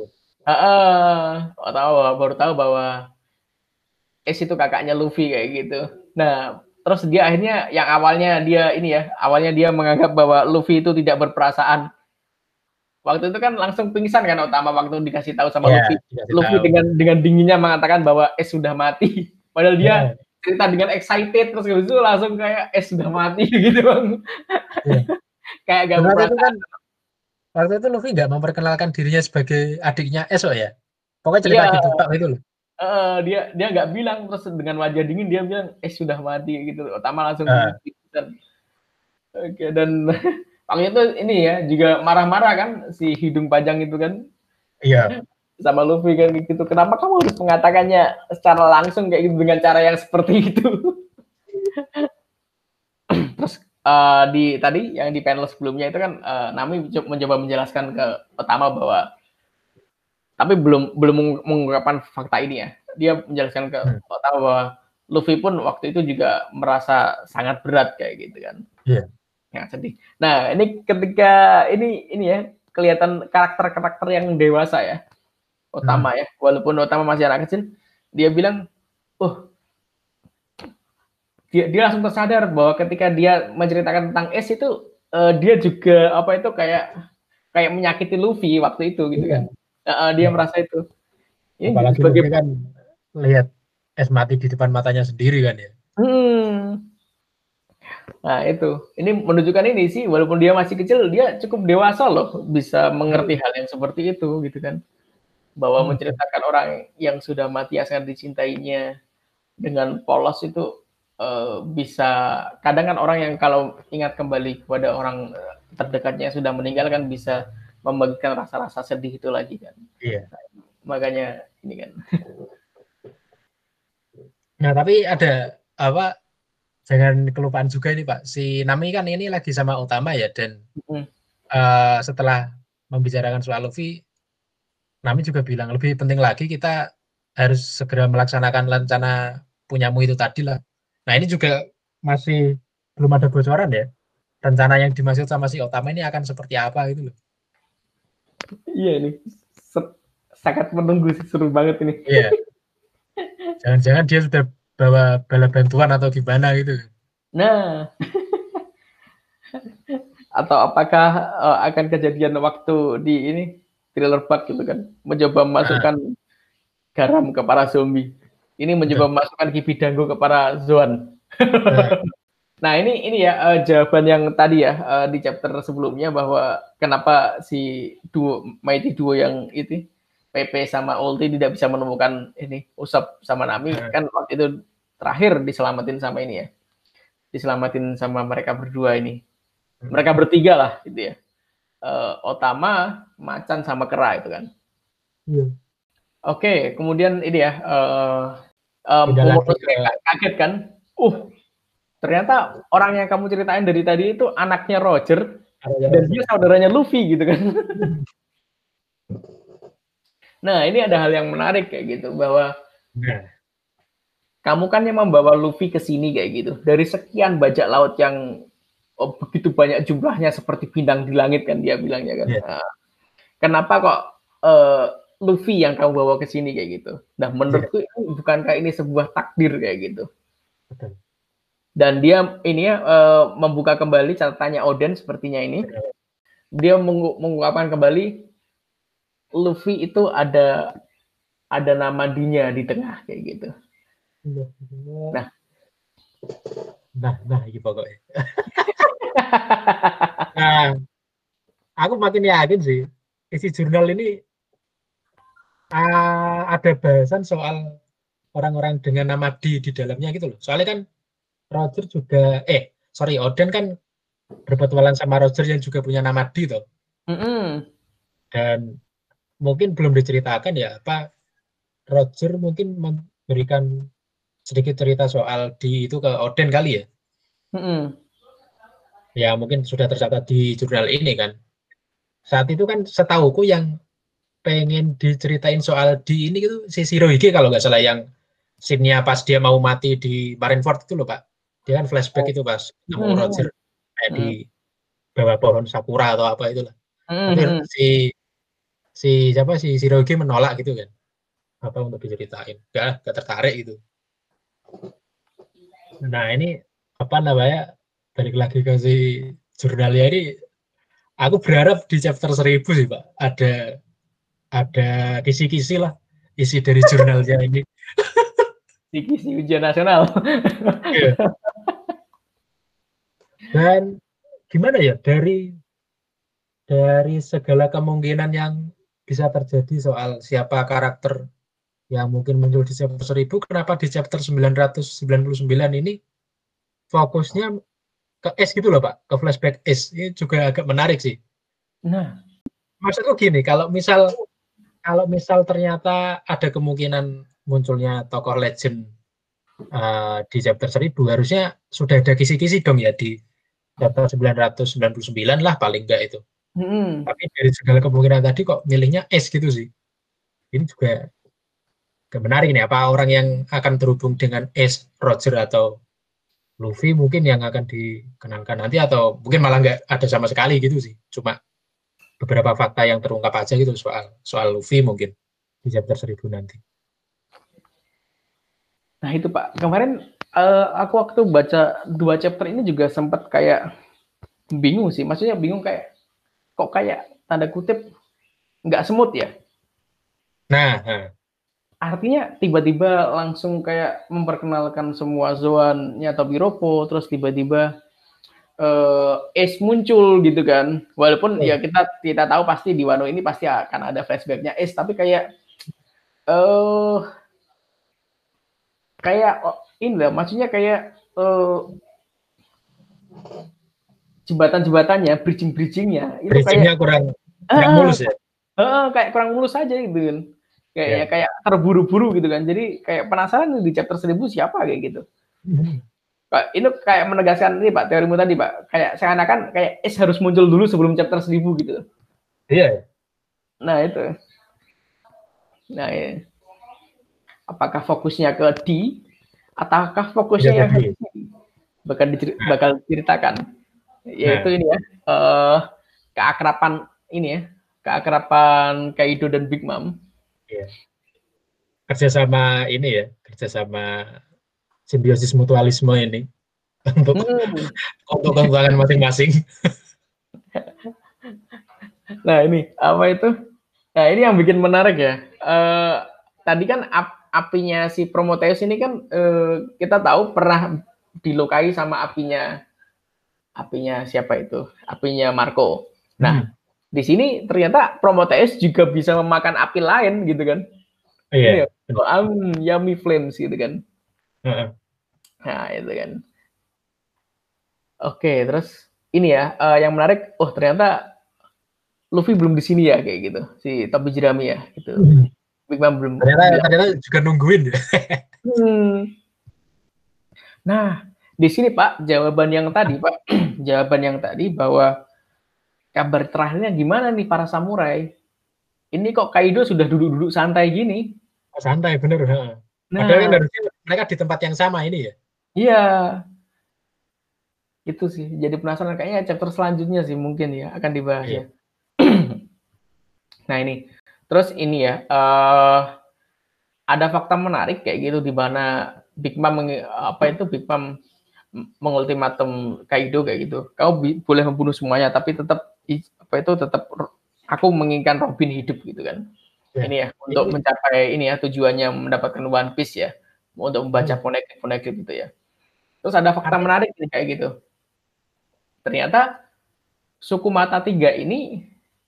Otama baru tahu bahwa Ace itu kakaknya Luffy kayak gitu. Nah, terus dia akhirnya yang awalnya dia menganggap bahwa Luffy itu tidak berperasaan. Waktu itu kan langsung pingsan kan Otama waktu dikasih tahu sama Luffy. Luffy dengan dinginnya mengatakan bahwa Ace sudah mati. Padahal dia cerita dengan excited, terus habis itu langsung kayak Ace sudah mati gitu bang. Kayak gak berperasaan. Waktu itu Luffy nggak memperkenalkan dirinya sebagai adiknya Ace ya. Pokoknya cerita gitu tok gitu loh. Dia nggak bilang, terus dengan wajah dingin dia bilang sudah mati gitu. Otama langsung pingsan. Oke, dan waktu itu ini ya juga marah-marah kan si hidung panjang itu kan. Iya. Sama Luffy kan gitu. Kenapa kamu harus mengatakannya secara langsung kayak gitu dengan cara yang seperti itu? Terus tadi yang di panel sebelumnya itu kan Nami mencoba menjelaskan ke Otama bahwa tapi belum mengungkapkan fakta ini ya. Dia menjelaskan ke Otama bahwa Luffy pun waktu itu juga merasa sangat berat kayak gitu kan. Iya. Ya, sedih. Nah, ini ketika ini ya kelihatan karakter-karakter yang dewasa ya. Otama ya, walaupun Otama masih anak kecil, dia bilang, dia langsung tersadar bahwa ketika dia menceritakan tentang Ace itu dia juga apa itu kayak menyakiti Luffy waktu itu gitu kan. Dia merasa itu. Apalagi Luffy kan lihat Ace mati di depan matanya sendiri kan ya. Nah itu, ini menunjukkan ini sih, walaupun dia masih kecil, dia cukup dewasa loh, bisa mengerti hal yang seperti itu gitu kan. Bahwa menceritakan orang yang sudah mati yang sangat dicintainya dengan polos itu bisa, kadang kan orang yang kalau ingat kembali kepada orang terdekatnya yang sudah meninggal kan bisa membagikan rasa-rasa sedih itu lagi kan. Iya. Makanya ini kan. Nah tapi ada apa? Jangan kelupaan juga ini Pak. Si Nami kan ini lagi sama Otama ya, dan setelah membicarakan soal Luffy, Nami juga bilang lebih penting lagi kita harus segera melaksanakan rencana punyamu itu tadi lah. Nah ini juga masih belum ada bocoran ya. Rencana yang dimaksud sama si Otama ini akan seperti apa gitu loh. Iya ini sangat menunggu sih, seru banget ini. Iya. Jangan-jangan dia sudah bawa bala bantuan atau gimana gitu. Nah. Atau apakah akan kejadian waktu di ini Thriller Bark gitu kan, mencoba memasukkan garam ke para zombie. Ini mencoba memasukkan Kibidango ke para Zoan. Nah ini ya jawaban yang tadi ya di chapter sebelumnya bahwa kenapa si Mighty Duo yang itu PP sama Ulti tidak bisa menemukan ini Usopp sama Nami kan waktu itu terakhir diselamatin sama ini ya, diselamatin sama mereka berdua ini, mereka bertiga lah gitu ya, Otama, Macan sama Kera itu kan. Oke, kemudian ini ya Momonosuke kaget kan, ternyata orang yang kamu ceritain dari tadi itu anaknya Roger dan dia saudaranya Luffy gitu kan. Nah ini ada hal yang menarik kayak gitu bahwa kamu kan yang membawa Luffy ke sini kayak gitu dari sekian bajak laut yang begitu banyak jumlahnya seperti bintang di langit kan dia bilangnya kan. Nah, kenapa kok Luffy yang kamu bawa ke sini kayak gitu? Nah menurutku bukankah ini sebuah takdir kayak gitu? Dan dia ini ya membuka kembali catatannya Oden sepertinya ini. Dia mengungkapkan kembali Luffy itu ada nama D-nya di tengah kayak gitu. Nah, ini pokoknya. Nah, aku makin yakin sih isi jurnal ini ada bahasan soal orang-orang dengan nama D di dalamnya gitu loh. Soalnya kan Roger juga, Oden kan berpetualang sama Roger yang juga punya nama D tuh. Dan mungkin belum diceritakan ya apa Roger mungkin memberikan sedikit cerita soal D itu ke Oden kali ya. Ya mungkin sudah tercatat di jurnal ini kan. Saat itu kan setauku yang pengen diceritain soal D ini gitu si Shirohige kalau nggak salah yang scene-nya pas dia mau mati di Marineford itu loh Pak. Dia kan flashback itu pas ketemu Roger kayak di bawah pohon sakura atau apa itulah. Tapi si Shirohige menolak gitu kan. Apa untuk diceritain. Nggak tertarik gitu. Nah ini apa namanya balik lagi ke si jurnalnya ini aku berharap di chapter 1000 sih Pak ada kisi-kisi lah isi dari jurnalnya ini. Kisi ujian nasional. Dan gimana ya dari segala kemungkinan yang bisa terjadi soal siapa karakter yang mungkin muncul di chapter 1000, kenapa di chapter 999 ini fokusnya ke S gitu loh Pak, ke flashback S. Ini juga agak menarik sih. Nah, maksudku gini, kalau misal ternyata ada kemungkinan munculnya tokoh legend di chapter 1000, harusnya sudah ada kisi-kisi dong ya di chapter 999 lah paling enggak itu. Tapi dari segala kemungkinan tadi kok milihnya S gitu sih. Ini juga menarik nih, apa orang yang akan terhubung dengan S, Roger atau Luffy mungkin yang akan dikenalkan nanti atau mungkin malah nggak ada sama sekali gitu sih. Cuma beberapa fakta yang terungkap aja gitu soal Luffy mungkin di chapter 1000 nanti. Nah itu Pak, kemarin aku waktu baca 2 chapter ini juga sempat kayak bingung sih. Maksudnya bingung kayak kok kayak tanda kutip nggak smooth ya. Nah. Artinya tiba-tiba langsung kayak memperkenalkan semua Zoan-nya Tobiropo, terus tiba-tiba Ace muncul gitu kan. Walaupun ya kita tahu pasti di Wano ini pasti akan ada flashback-nya Ace, tapi kayak ini lah, maksudnya kayak jembatan-jembatannya, bridging-nya itu kayak kurang mulus ya. Kayak kurang mulus aja gitu kan. Kayak terburu-buru gitu kan. Jadi kayak penasaran di chapter 1000 siapa kayak gitu. Ini kayak menegaskan ini Pak, teorimu tadi Pak. Kayak seakan-akan kayak S harus muncul dulu sebelum chapter 1000 gitu. Iya. Nah itu. Nah ya. Apakah fokusnya ke D ataukah fokusnya yang bakal diceritakan? Yaitu ini ya. Keakraban ini ya. Keakraban Kaido dan Big Mom. Iya. Kerjasama ini ya, kerjasama simbiosis mutualisme ini untuk keuangan masing-masing. Nah ini apa itu? Nah ini yang bikin menarik ya. Tadi kan apinya si Prometheus ini kan kita tahu pernah dilukai sama apinya siapa itu? Apinya Marco. Nah, di sini ternyata Prometheus juga bisa memakan api lain gitu kan. Ini ya, yummy flames gitu kan. Nah, itu kan. Oke, terus ini ya, yang menarik, ternyata Luffy belum di sini ya kayak gitu. Si Tobi Jerami ya gitu. Big Mom belum. Ternyata juga nungguin ya. Nah, di sini Pak, jawaban yang tadi Pak, jawaban yang tadi bahwa kabar terakhirnya gimana nih para samurai? Ini kok Kaido sudah duduk-duduk santai gini? Santai bener. Padahal kan harusnya mereka di tempat yang sama ini ya. Iya. Itu sih, jadi penasaran kayaknya chapter selanjutnya sih mungkin ya akan dibahas ya. Nah ini, terus ini ya, ada fakta menarik kayak gitu di mana Big Mom Big Mom mengultimatum Kaido kayak gitu. Kau boleh membunuh semuanya, tapi tetap aku menginginkan Robin hidup gitu kan. Ini ya untuk mencapai ini ya tujuannya mendapatkan One Piece ya, untuk membaca poneglyph gitu ya. Terus ada fakta menarik nih kayak gitu. Ternyata suku mata 3 ini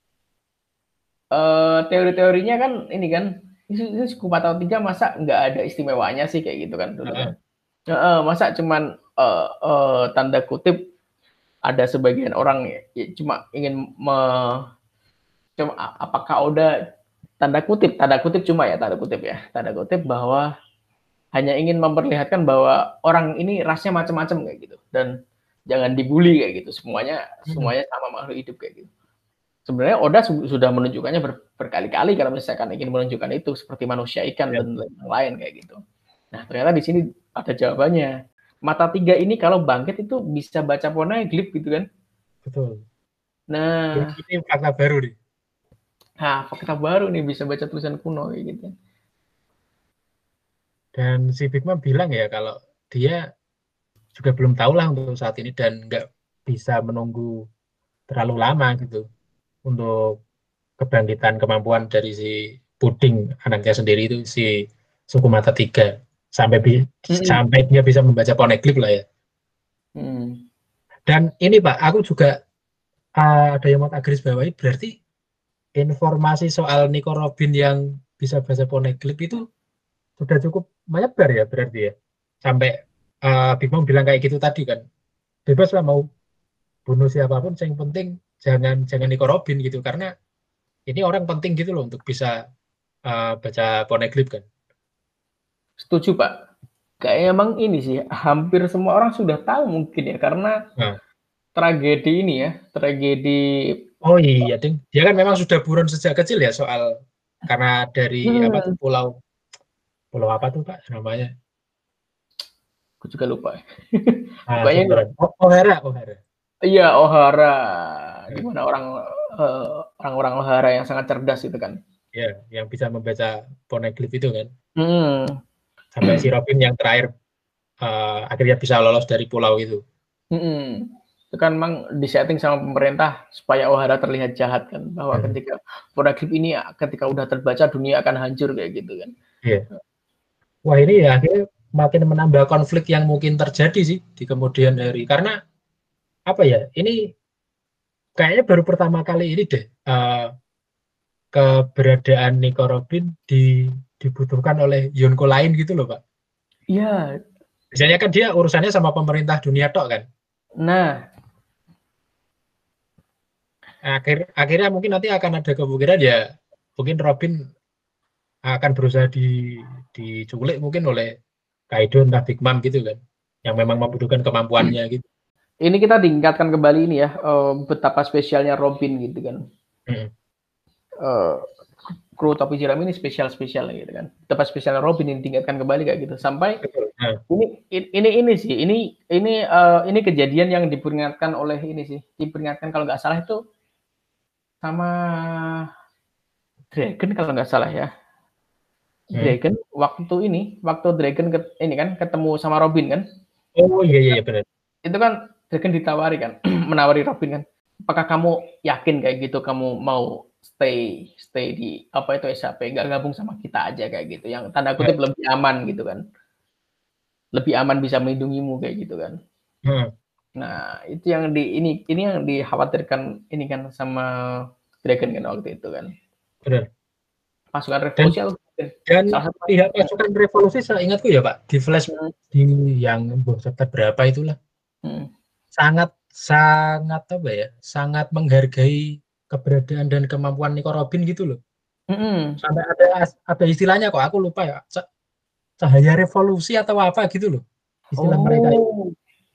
teori-teorinya kan ini kan ini suku mata 3 masa nggak ada istimewanya sih kayak gitu kan dulu kan. Masa cuman tanda kutip ada sebagian orang ya, cuma ingin cuma apakah Oda tanda kutip cuma ya tanda kutip bahwa hanya ingin memperlihatkan bahwa orang ini rasnya macam-macam kayak gitu dan jangan dibully kayak gitu, semuanya sama makhluk hidup kayak gitu. Sebenarnya Oda sudah menunjukkannya berkali-kali kalau misalkan ingin menunjukkan itu seperti manusia, ikan dan lain-lain kayak gitu. Nah ternyata di sini ada jawabannya. Mata 3 ini kalau bangkit itu bisa baca poneglyph gitu kan? Betul. Nah ini fakta baru nih. Nah fakta baru nih bisa baca tulisan kuno kayak gitu. Dan si Big Mom bilang ya kalau dia juga belum tahu lah untuk saat ini dan nggak bisa menunggu terlalu lama gitu untuk kebangkitan kemampuan dari si puding anaknya sendiri itu si suku mata 3 sampai dia bisa membaca poneglyph lah ya. Dan ini Pak, aku juga ada yang mau garis bawahi, berarti informasi soal Nico Robin yang bisa baca poneglyph itu sudah cukup menyebar ya berarti ya. Sampai Big Mom bilang kayak gitu tadi kan. Bebas lah mau bunuh siapapun, yang penting jangan Nico Robin gitu karena ini orang penting gitu loh untuk bisa baca poneglyph kan. Setuju Pak. Kayaknya emang ini sih hampir semua orang sudah tahu mungkin ya karena tragedi ini ya, tragedi. Oh iya, Ding. Dia kan memang sudah buron sejak kecil ya soal karena dari apa tuh pulau apa tuh Pak namanya? Aku juga lupa. Pokoknya O'Hara. Iya, O'Hara. Di mana orang-orang O'Hara yang sangat cerdas itu kan. Ya, yang bisa membaca poneglyph itu kan. Sampai si Robin yang terakhir akhirnya bisa lolos dari pulau itu. Itu kan memang disetting sama pemerintah supaya O'Hara terlihat jahat kan, bahwa ketika poneglyph ini ketika udah terbaca dunia akan hancur kayak gitu kan. Iya. Wah ini ya akhirnya makin menambah konflik yang mungkin terjadi sih di kemudian hari karena apa ya ini kayaknya baru pertama kali ini deh keberadaan Nico Robin dibutuhkan oleh Yonko lain gitu loh Pak. Iya. Biasanya kan dia urusannya sama pemerintah dunia tok kan. Nah. Akhirnya mungkin nanti akan ada kemungkinan ya mungkin Robin akan berusaha diculik mungkin oleh Kaido entah Big Mom gitu kan. Yang memang membutuhkan kemampuannya gitu. Ini kita diingatkan kembali ini ya betapa spesialnya Robin gitu kan. Kru Topi Jerami ini spesial gitu kan. Betapa spesialnya Robin ini diingatkan kembali kayak gitu sampai ini sih ini kejadian yang diperingatkan oleh ini sih diperingatkan kalau nggak salah itu sama Dragon kalau nggak salah ya. Dragon waktu Dragon ini kan ketemu sama Robin kan. Oh iya benar. Itu kan Dragon ditawari kan, menawari Robin kan. Apakah kamu yakin kayak gitu kamu mau stay di apa itu SAP, nggak gabung sama kita aja kayak gitu, yang tanda kutip lebih aman gitu kan. lebih aman bisa melindungimu kayak gitu kan. Nah, itu yang ini yang dikhawatirkan ini kan sama Dragon kan waktu itu kan. Benar. Pasukan revolusi atau dan salah satu pihak pasukan revolusi saya ingatku ya Pak di flash di yang chapter berapa itulah sangat sangat apa ya sangat menghargai keberadaan dan kemampuan Nico Robin gitu loh. Sampai ada istilahnya kok aku lupa ya cahaya revolusi atau apa gitu loh istilah mereka itu.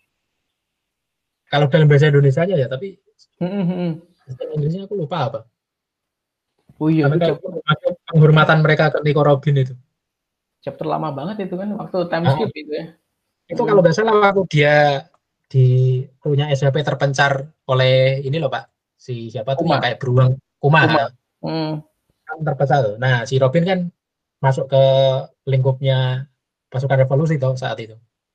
Kalau dalam bahasa Indonesianya ya tapi istilah Inggrisnya aku lupa apa. Oh iya, Sampai itu kayak chapter penghormatan mereka ke Nico Robin itu. lama banget itu kan waktu time Nah, skip itu ya. itu kalau nggak salah waktu dia di punya SHP terpencar oleh ini loh Pak si siapa tuh Kuma, yang kayak beruang Kuma Kuma. Hmm. kan terpencar tuh. Nah si Robin kan masuk ke lingkupnya pasukan revolusi tuh saat itu.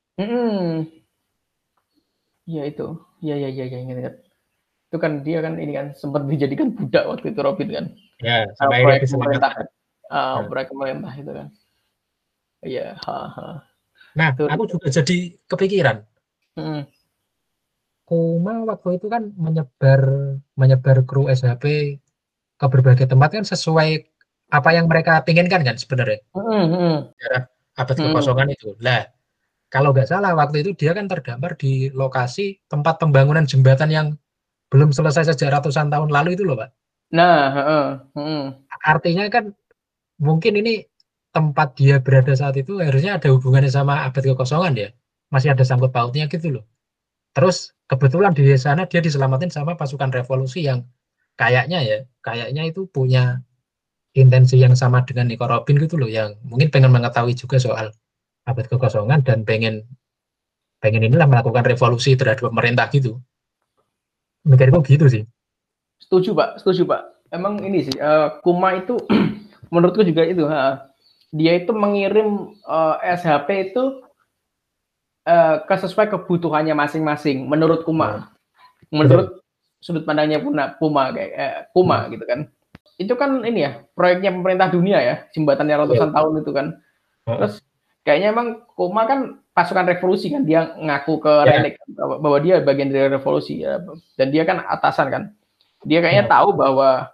Iya itu. Iya iya iya ya, ingat. Itu kan dia kan ini kan sempat dijadikan budak waktu itu Robin kan. Ya sampai akhirnya Proyek pemerintah. diselamatkan. Nah, Proyek pemerintah itu kan. Iya, nah Itu. aku juga jadi kepikiran Hmm. Kuma waktu itu kan menyebar menyebar kru SHP ke berbagai tempat kan sesuai apa yang mereka inginkan kan sebenarnya. Daerah abad kekosongan itu. Lah, kalau nggak salah waktu itu dia kan terdampar di lokasi tempat pembangunan jembatan yang belum selesai sejak ratusan tahun lalu itu loh, Pak. Nah, Artinya kan mungkin ini tempat dia berada saat itu harusnya ada hubungannya sama abad kekosongan ya. Masih ada sangkut pautnya gitu loh. Terus kebetulan di sana dia diselamatin sama pasukan revolusi yang kayaknya itu punya intensi yang sama dengan Nico Robin gitu loh, yang mungkin pengen mengetahui juga soal abad kekosongan dan pengen pengen inilah melakukan revolusi terhadap pemerintah gitu. Mikirku gitu sih. setuju Pak. Emang ini sih Kuma itu menurutku juga itu. Dia itu mengirim SHP itu sesuai kebutuhannya masing-masing. Menurut Kuma, menurut sudut pandangnya Puma kayak Puma gitu kan. Itu kan ini ya proyeknya pemerintah dunia ya jembatannya ratusan tahun itu kan. Terus kayaknya emang Kuma kan pasukan revolusi kan dia ngaku ke Renek bahwa dia bagian dari revolusi ya dan dia kan atasan kan. Dia kayaknya tahu bahwa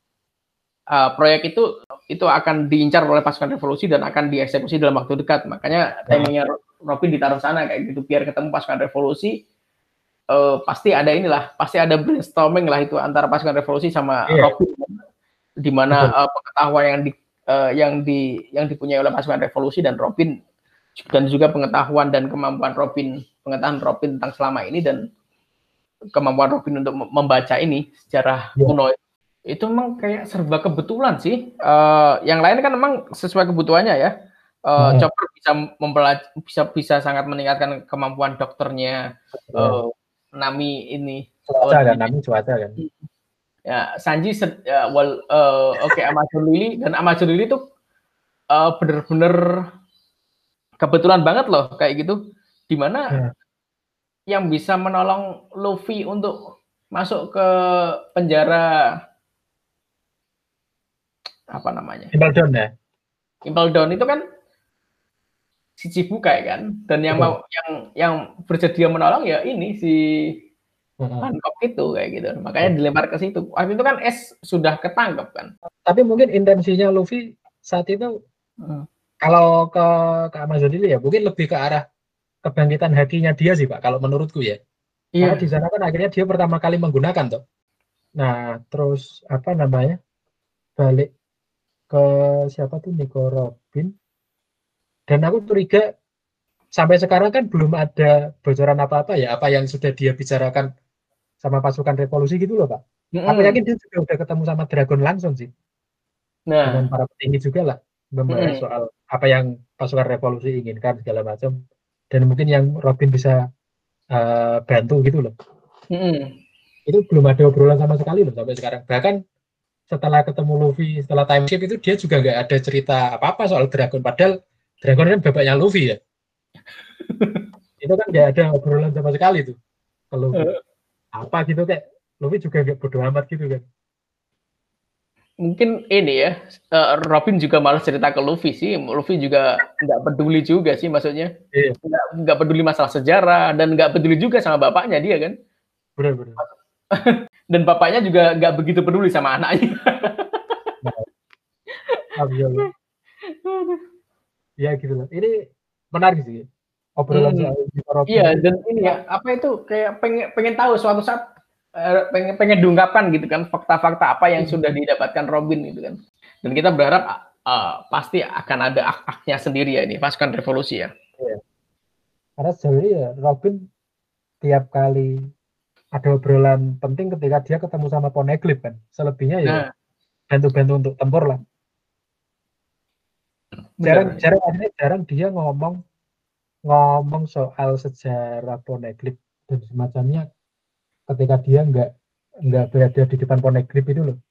proyek itu akan diincar oleh pasukan revolusi dan akan dieksekusi dalam waktu dekat. Makanya timingnya Robin ditaruh sana kayak gitu biar ketemu pasukan revolusi. Pasti ada brainstorming lah itu antara pasukan revolusi sama Robin, di mana pengetahuan yang dipunyai oleh pasukan revolusi dan Robin dan juga pengetahuan dan kemampuan pengetahuan Robin tentang selama ini dan kemampuan Robin untuk membaca ini sejarah kuno itu memang kayak serba kebetulan sih. Yang lain kan memang sesuai kebutuhannya ya. Chopper bisa sangat meningkatkan kemampuan dokternya. Nami ini. Nami cuaca kan. Ya, Sanji Amazon Lily dan Amazon Lily itu bener-bener kebetulan banget loh kayak gitu. Dimana yang bisa menolong Luffy untuk masuk ke penjara apa namanya? Impel Down ya. Impel Down itu kan si Cibukai kan dan yang bersedia menolong ya ini si Hancock itu kayak gitu. Makanya dilempar ke situ. Waktu itu kan S sudah ketangkep kan. Tapi mungkin intensinya Luffy saat itu kalau ke Amazon ini ya mungkin lebih ke arah kebangkitan hatinya dia sih Pak kalau menurutku ya. Karena di sana kan akhirnya dia pertama kali menggunakan tuh. Nah, terus apa namanya? Balik ke siapa tuh Nico Robin. Dan aku curiga sampai sekarang kan belum ada bocoran apa-apa ya, apa yang sudah dia bicarakan sama pasukan revolusi gitu loh Pak. Aku yakin dia juga udah ketemu sama Dragon langsung sih. Dengan para petinggi juga lah membahas soal apa yang pasukan revolusi inginkan segala macam. Dan mungkin yang Robin bisa bantu gitu loh. Itu belum ada obrolan sama sekali loh sampai sekarang. Bahkan setelah ketemu Luffy, setelah time skip itu dia juga nggak ada cerita apa-apa soal Dragon. Padahal Dragon kan bapaknya Luffy ya. Itu kan nggak ada obrolan sama sekali tuh. Kalau apa gitu kayak Luffy juga nggak bodo amat gitu kan. mungkin ini ya, Robin juga malas cerita ke Luffy sih. Luffy juga nggak peduli juga sih, maksudnya. Iya. Nggak peduli masalah sejarah, dan nggak peduli juga sama bapaknya dia kan. Benar-benar. Dan bapaknya juga nggak begitu peduli sama anaknya. Nah, ya gitu loh. Ini menarik sih obrolan soal Robin. Iya, dan ini ya, apa itu kayak pengen tahu suatu saat pengen diungkapkan gitu kan, fakta-fakta apa yang sudah didapatkan Robin gitu kan. Dan kita berharap pasti akan ada ak-aknya sendiri ya ini pasukan revolusi ya. Iya. Karena sejauh ini ya Robin tiap kali ada obrolan penting ketika dia ketemu sama Poneglyph kan. Selebihnya ya bantu-bantu untuk tempur lah. Jarang dia ngomong soal sejarah Poneglyph dan semacamnya ketika dia nggak berada di depan Poneglyph itu loh.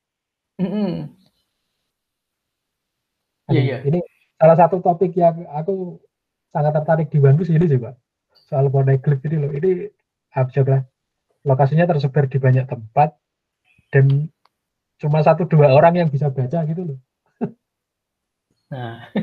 Iya. Ini salah satu topik yang aku sangat tertarik di One Piece ini sih Pak. Soal Poneglyph ini loh. Ini absurd lah. Lokasinya tersebar di banyak tempat dan cuma 1-2 orang yang bisa baca gitu loh. Nah,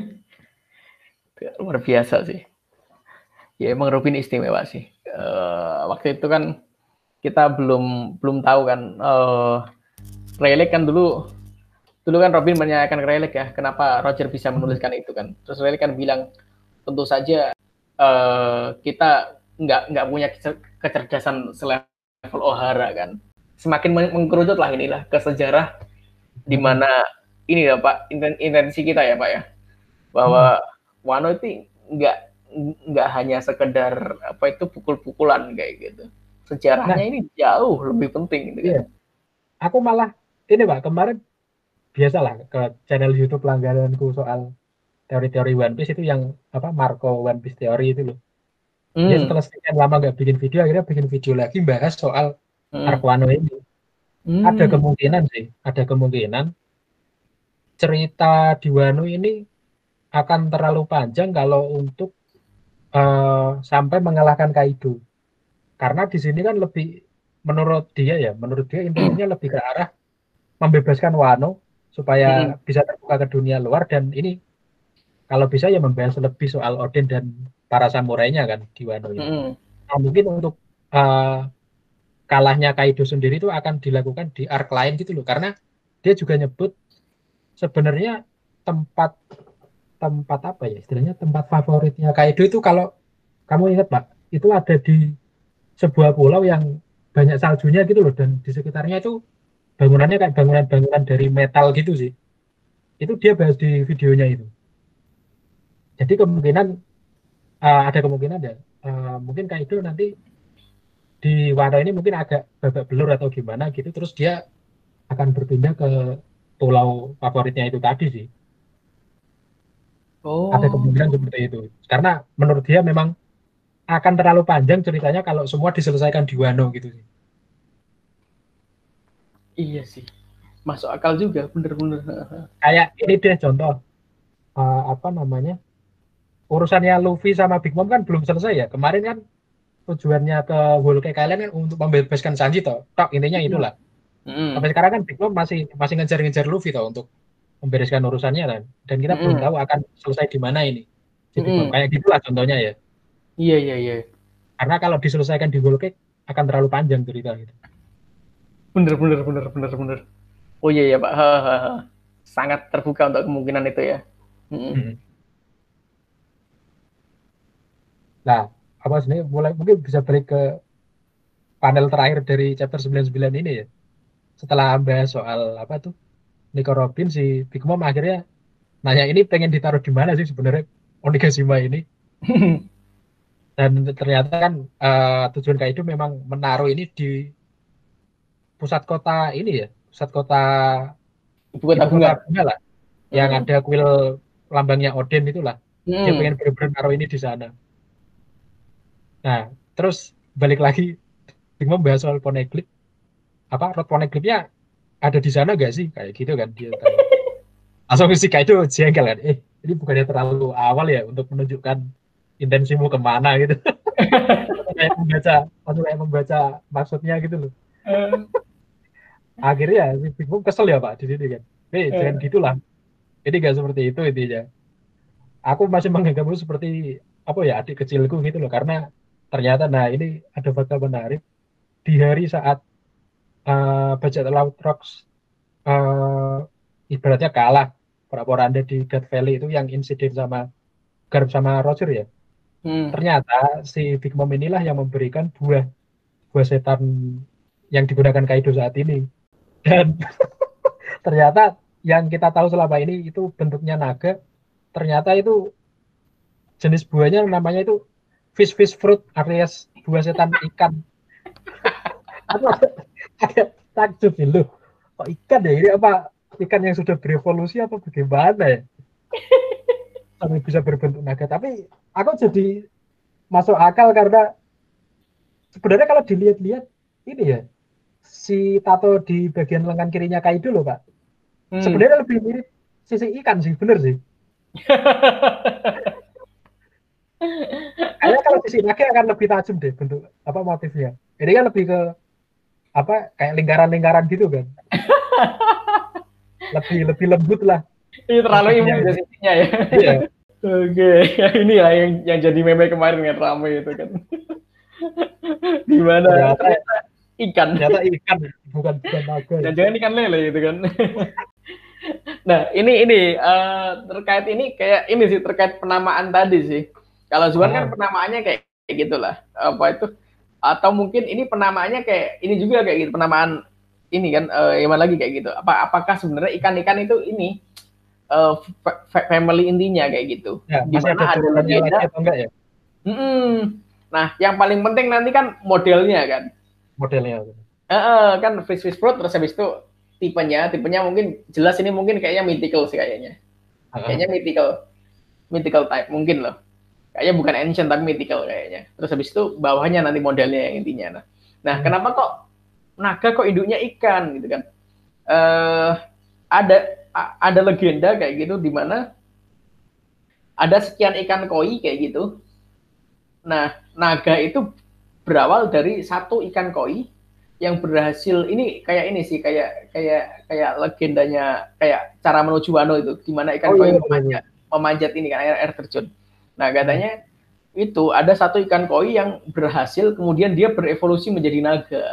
luar biasa sih. Ya emang Robin istimewa sih. Waktu itu kan kita belum tahu kan. Rayleigh kan dulu kan Robin menanyakan ke Rayleigh ya, kenapa Roger bisa menuliskan itu kan. Terus Rayleigh kan bilang, tentu saja kita nggak punya kecerdasan selevel O'Hara kan. Semakin mengkerucut lah inilah ke sejarah di mana ini ya Pak, intensi kita ya Pak ya, bahwa Wano itu nggak hanya sekedar apa itu pukul-pukulan kayak gitu. Sejarahnya ini jauh lebih penting gitu kan. Iya. Aku malah ini Pak, kemarin biasalah ke channel YouTube langgananku soal teori-teori One Piece itu yang apa Marco One Piece teori itu loh. Dia setelah sekian lama nggak bikin video, akhirnya bikin video lagi bahas soal arc Wano ini. Ada kemungkinan cerita di Wano ini akan terlalu panjang kalau untuk sampai mengalahkan Kaido. Karena di sini kan lebih menurut dia intensinya lebih ke arah membebaskan Wano supaya bisa terbuka ke dunia luar, dan ini kalau bisa ya membahas lebih soal Oden dan para samurainya kan di Wano ini. Nah, mungkin untuk kalahnya Kaido sendiri itu akan dilakukan di arc lain gitu loh, karena dia juga nyebut sebenarnya tempat apa ya istilahnya, tempat favoritnya Kaido itu kalau kamu ingat Pak, itu ada di sebuah pulau yang banyak saljunya gitu loh, dan di sekitarnya itu bangunannya kayak bangunan dari metal gitu sih. Itu dia bahas di videonya itu. Jadi ada kemungkinan ya mungkin Kaido nanti di Wano ini mungkin agak babak belur atau gimana gitu, terus dia akan berpindah ke pulau favoritnya itu tadi sih. Ada kemungkinan seperti itu. Karena menurut dia memang akan terlalu panjang ceritanya kalau semua diselesaikan di Wano gitu sih. Iya sih, masuk akal juga, bener-bener. Kayak ini deh contoh, apa namanya, urusannya Luffy sama Big Mom kan belum selesai ya. Kemarin kan tujuannya ke Whole Cake Island kan untuk membebaskan Sanji toh. Tok intinya itulah. Sampai sekarang kan Big Mom masih ngejar-ngejar Luffy toh untuk membereskan urusannya kan. Dan kita belum tahu akan selesai di mana ini. Jadi kayak gitulah contohnya ya. Iya. Karena kalau diselesaikan di Whole Cake akan terlalu panjang cerita gitu. Bener. Oh iya ya Pak. Sangat terbuka untuk kemungkinan itu ya. Nah, apa sebenarnya mungkin bisa balik ke panel terakhir dari chapter 99 ini ya. Setelah bahas soal apa tuh Nico Robin, si Big Mom akhirnya nanya ini pengen ditaruh di mana sih sebenarnya Onigashima ini. Dan ternyata kan tujuan Kaido memang menaruh ini di pusat kota ini ya, pusat kota ibu kota bunga lah, yang ada kuil lambangnya Oden itulah. Dia pengen benar-benar naruh ini di sana. Nah, terus balik lagi Big Mom bahas soal Poneglyph. Apa Rod Poneglyphnya ada di sana gak sih? Kayak gitu kan dia tanya. Langsung si Kaido jengkel kan. Ini bukannya terlalu awal ya untuk menunjukkan intensimu kemana gitu. kayak membaca maksudnya gitu loh. Akhirnya si Big Mom kesel ya Pak di sini kan. Jangan gitulah. Ini nggak seperti itu intinya. Aku masih menganggapmu seperti apa ya, adik kecilku gitu loh, karena ternyata nah ini ada fakta menarik di hari saat Bajak Laut Rocks ibaratnya kalah pra-poranda di God Valley itu yang insiden sama Garp sama Roger ya. Ternyata si Big Mom inilah yang memberikan buah setan yang digunakan Kaido saat ini. Dan ternyata yang kita tahu selama ini itu bentuknya naga, ternyata itu jenis buahnya namanya itu fish fruit alias buah setan ikan. Aku agak takjub nih loh. Kok ikan ya ini, apa ikan yang sudah berevolusi apa bagaimana ya? Sampai bisa berbentuk naga. Tapi aku jadi masuk akal karena sebenarnya kalau dilihat-lihat ini ya, si tato di bagian lengan kirinya Kaido loh Pak. Sebenarnya lebih mirip sisi ikan sih, bener sih. Kayaknya kalau sisi naga akan lebih tajam deh bentuk apa motifnya. Ini kan lebih ke apa kayak lingkaran-lingkaran gitu kan. lebih lembut lah. Ini terlalu imajinasinya ya. Iya. Oke, ini ya yang jadi meme kemarin kan ramai itu kan. Gimana? Ternyata ikan. Ternyata ikan, bukan naga. Jangan ikan lele itu kan. Nah, ini terkait ini kayak ini sih terkait penamaan tadi sih. Kalau Zuan kan penamaannya kayak gitulah. Apa itu? Atau mungkin ini penamaannya kayak ini juga kayak gitu, penamaan ini kan yang lagi kayak gitu. Apakah sebenarnya ikan-ikan itu ini family intinya kayak gitu? Ya, masih ada legenda atau enggak ya? Nah, yang paling penting nanti kan modelnya kan. Modelnya. Kan fish fruit terus habis itu tipenya mungkin jelas ini mungkin kayaknya mythical sih kayaknya. Kayaknya mythical type mungkin loh. Kayaknya bukan ancient tapi mythical kayaknya. Terus habis itu bawahnya nanti modelnya yang intinya. Nah, kenapa kok naga kok induknya ikan gitu kan? Ada legenda kayak gitu di mana ada sekian ikan koi kayak gitu. Nah, naga itu berawal dari satu ikan koi yang berhasil ini kayak ini sih kayak legendanya kayak cara menuju Wano itu gimana ikan koi memanjat ini kan air terjun. Nah, katanya itu ada satu ikan koi yang berhasil kemudian dia berevolusi menjadi naga.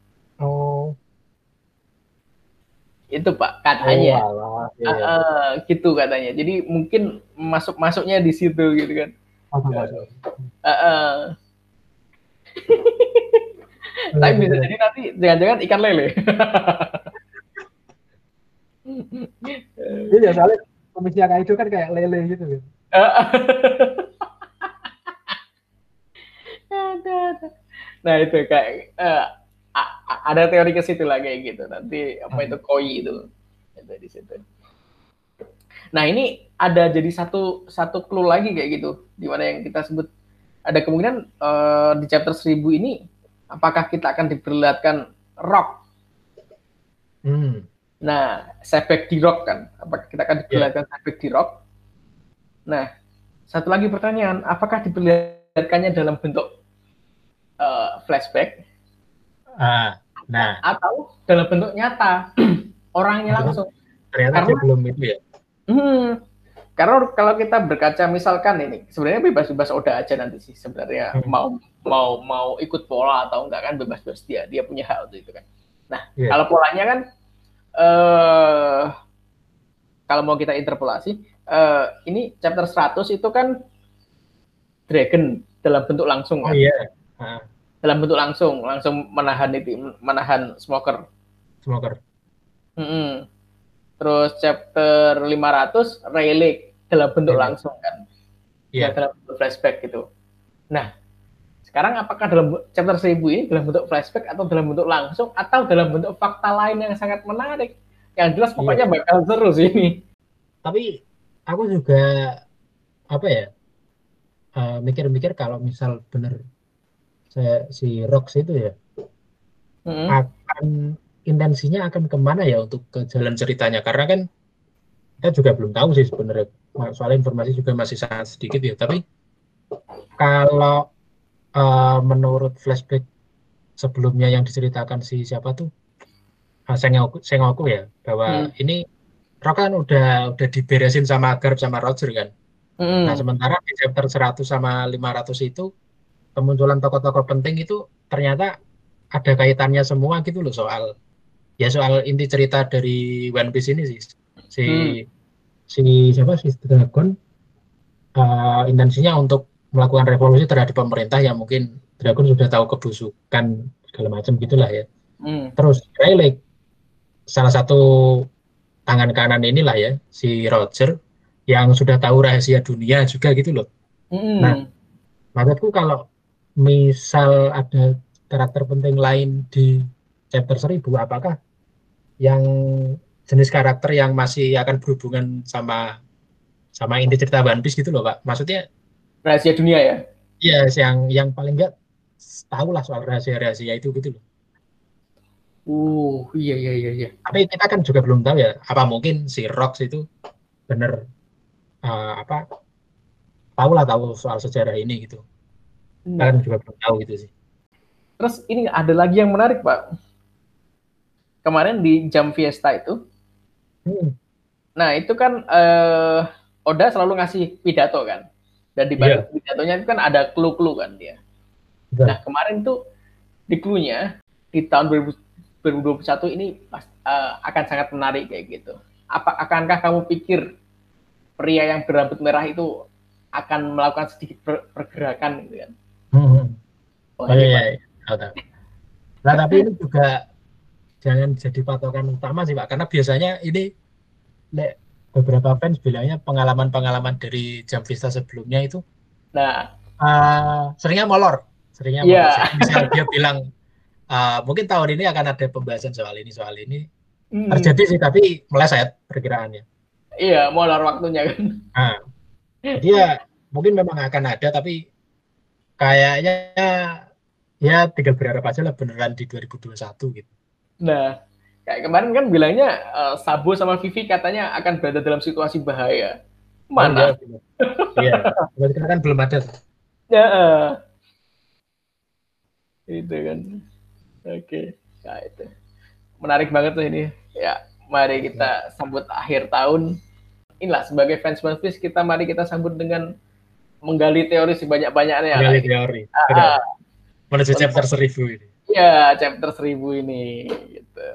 Itu Pak katanya. Gitu katanya. Jadi mungkin masuknya di situ gitu kan. Tapi bisa jadi nanti jangan-jangan ikan lele. Iya, soalnya komisnya kayak itu kan kayak lele gitu kan. Nah itu kayak ada teori ke situ lah kayak gitu. Nanti apa itu koi itu di situ. Nah ini ada jadi satu clue lagi kayak gitu, di mana yang kita sebut ada kemungkinan di chapter 1000 ini apakah kita akan diperlihatkan rock. Nah, setback di rock kan, apakah kita akan diperlihatkan setback di rock? Nah, satu lagi pertanyaan, apakah diperlihatkannya dalam bentuk flashback? Atau dalam bentuk nyata orangnya langsung? Ternyata belum itu ya. Karena kalau kita berkaca misalkan ini sebenarnya bebas-bebas Oda aja nanti sih sebenarnya mau ikut pola atau enggak kan bebas-bebas dia punya hak untuk itu kan. Nah kalau polanya kan kalau mau kita interpolasi ini chapter 100 itu kan dragon dalam bentuk langsung kan. Dalam bentuk langsung menahan smoker. Terus chapter 500 relic dalam bentuk langsung kan. Dalam bentuk flashback gitu. Nah, sekarang apakah dalam chapter 1000 ini dalam bentuk flashback atau dalam bentuk langsung atau dalam bentuk fakta lain yang sangat menarik? Yang jelas pokoknya bakal seru sih ini. Tapi aku juga apa ya? Mikir-mikir kalau misal bener si Rox itu ya akan intensinya akan kemana ya untuk ke jalan ceritanya, karena kan kita juga belum tahu sih sebenarnya, soal informasi juga masih sangat sedikit ya. Tapi kalau menurut flashback sebelumnya yang diceritakan si siapa tuh Sengoku ya, bahwa ini Rock kan udah diberesin sama Garp sama Roger kan. Nah, sementara di chapter 100 sama 500 itu kemunculan tokoh-tokoh penting itu ternyata ada kaitannya semua gitu loh soal inti cerita dari One Piece ini sih. Si si siapa si Dragon intensinya untuk melakukan revolusi terhadap pemerintah yang mungkin Dragon sudah tahu kebusukan segala macam gitulah ya. Terus Rayleigh salah satu tangan kanan inilah ya si Roger yang sudah tahu rahasia dunia juga gitu loh. Nah, menurutku kalau misal ada karakter penting lain di chapter 1000, apakah yang jenis karakter yang masih akan berhubungan sama sama inti cerita One Piece gitu loh, Pak. Maksudnya rahasia dunia ya. iya, yang paling enggak tahu lah soal rahasia-rahasia itu gitu loh. Iya. Tapi kita kan juga belum tahu ya, apa mungkin si Rox itu bener apa tahu soal sejarah ini gitu. Kita kan juga belum tahu gitu sih. Terus ini ada lagi yang menarik, Pak. Kemarin di Jam Fiesta itu, nah itu kan Oda selalu ngasih pidato kan, dan di balik pidatonya itu kan ada clue-clue kan dia. Nah kemarin tuh di clue-nya di tahun 2021 ini akan sangat menarik kayak gitu. Akankah kamu pikir pria yang berambut merah itu akan melakukan sedikit pergerakan gitu kan? Iya. Nah tapi ini juga jangan jadi patokan utama sih Pak, karena biasanya ini beberapa fans bilangnya pengalaman-pengalaman dari Jam Vista sebelumnya itu seringnya molor. Misal dia bilang mungkin tahun ini akan ada pembahasan soal ini terjadi sih, tapi meleset perkiraannya. Iya, molor waktunya kan. Nah, dia mungkin memang akan ada, tapi kayaknya ya tinggal berharap aja lah beneran di 2021 gitu. Nah, kayak kemarin kan bilangnya Sabo sama Vivi katanya akan berada dalam situasi bahaya. Mana? Iya, berarti kan belum ada. Ya, itu kan. Oke, nah itu menarik banget tuh ini. Ya, mari kita sambut akhir tahun. Inilah sebagai fans One Piece mari kita sambut dengan menggali teori sebanyak-banyaknya. Menggali teori. Menuju chapter 1000 ini. Iya, chapter 1000 ini gitu.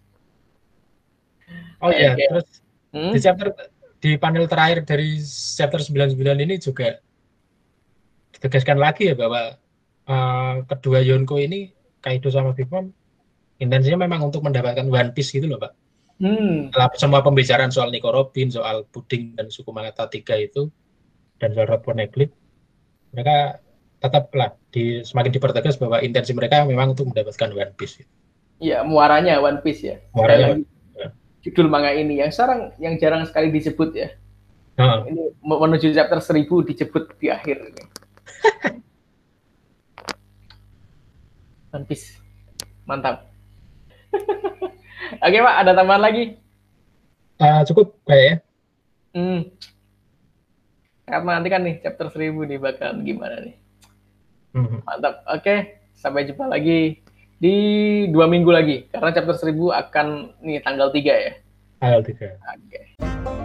Oh iya, terus di panel terakhir dari chapter 99 ini juga ditegaskan lagi ya bahwa kedua Yonko ini, Kaido sama Big Mom, intensinya memang untuk mendapatkan One Piece gitu loh, Pak. Semua pembicaraan soal Nico Robin, soal Puding dan suku Manata 3 itu, dan soal Rod Poneglyph, mereka tetaplah semakin dipertegas bahwa intensi mereka memang untuk mendapatkan One Piece. Iya, muaranya One Piece ya. Muaranya judul manga ini yang jarang sekali disebut ya. Ini menuju chapter 1000 disebut di akhir ini. One Piece. Mantap. Oke, Pak, ada tambahan lagi? Cukup kayaknya. Karena nanti kan nih chapter 1000 nih bakalan gimana nih. Mantap. Oke, sampai jumpa lagi di 2 minggu lagi. Karena chapter 1000 akan nih tanggal 3 ya. Tanggal 3. Oke.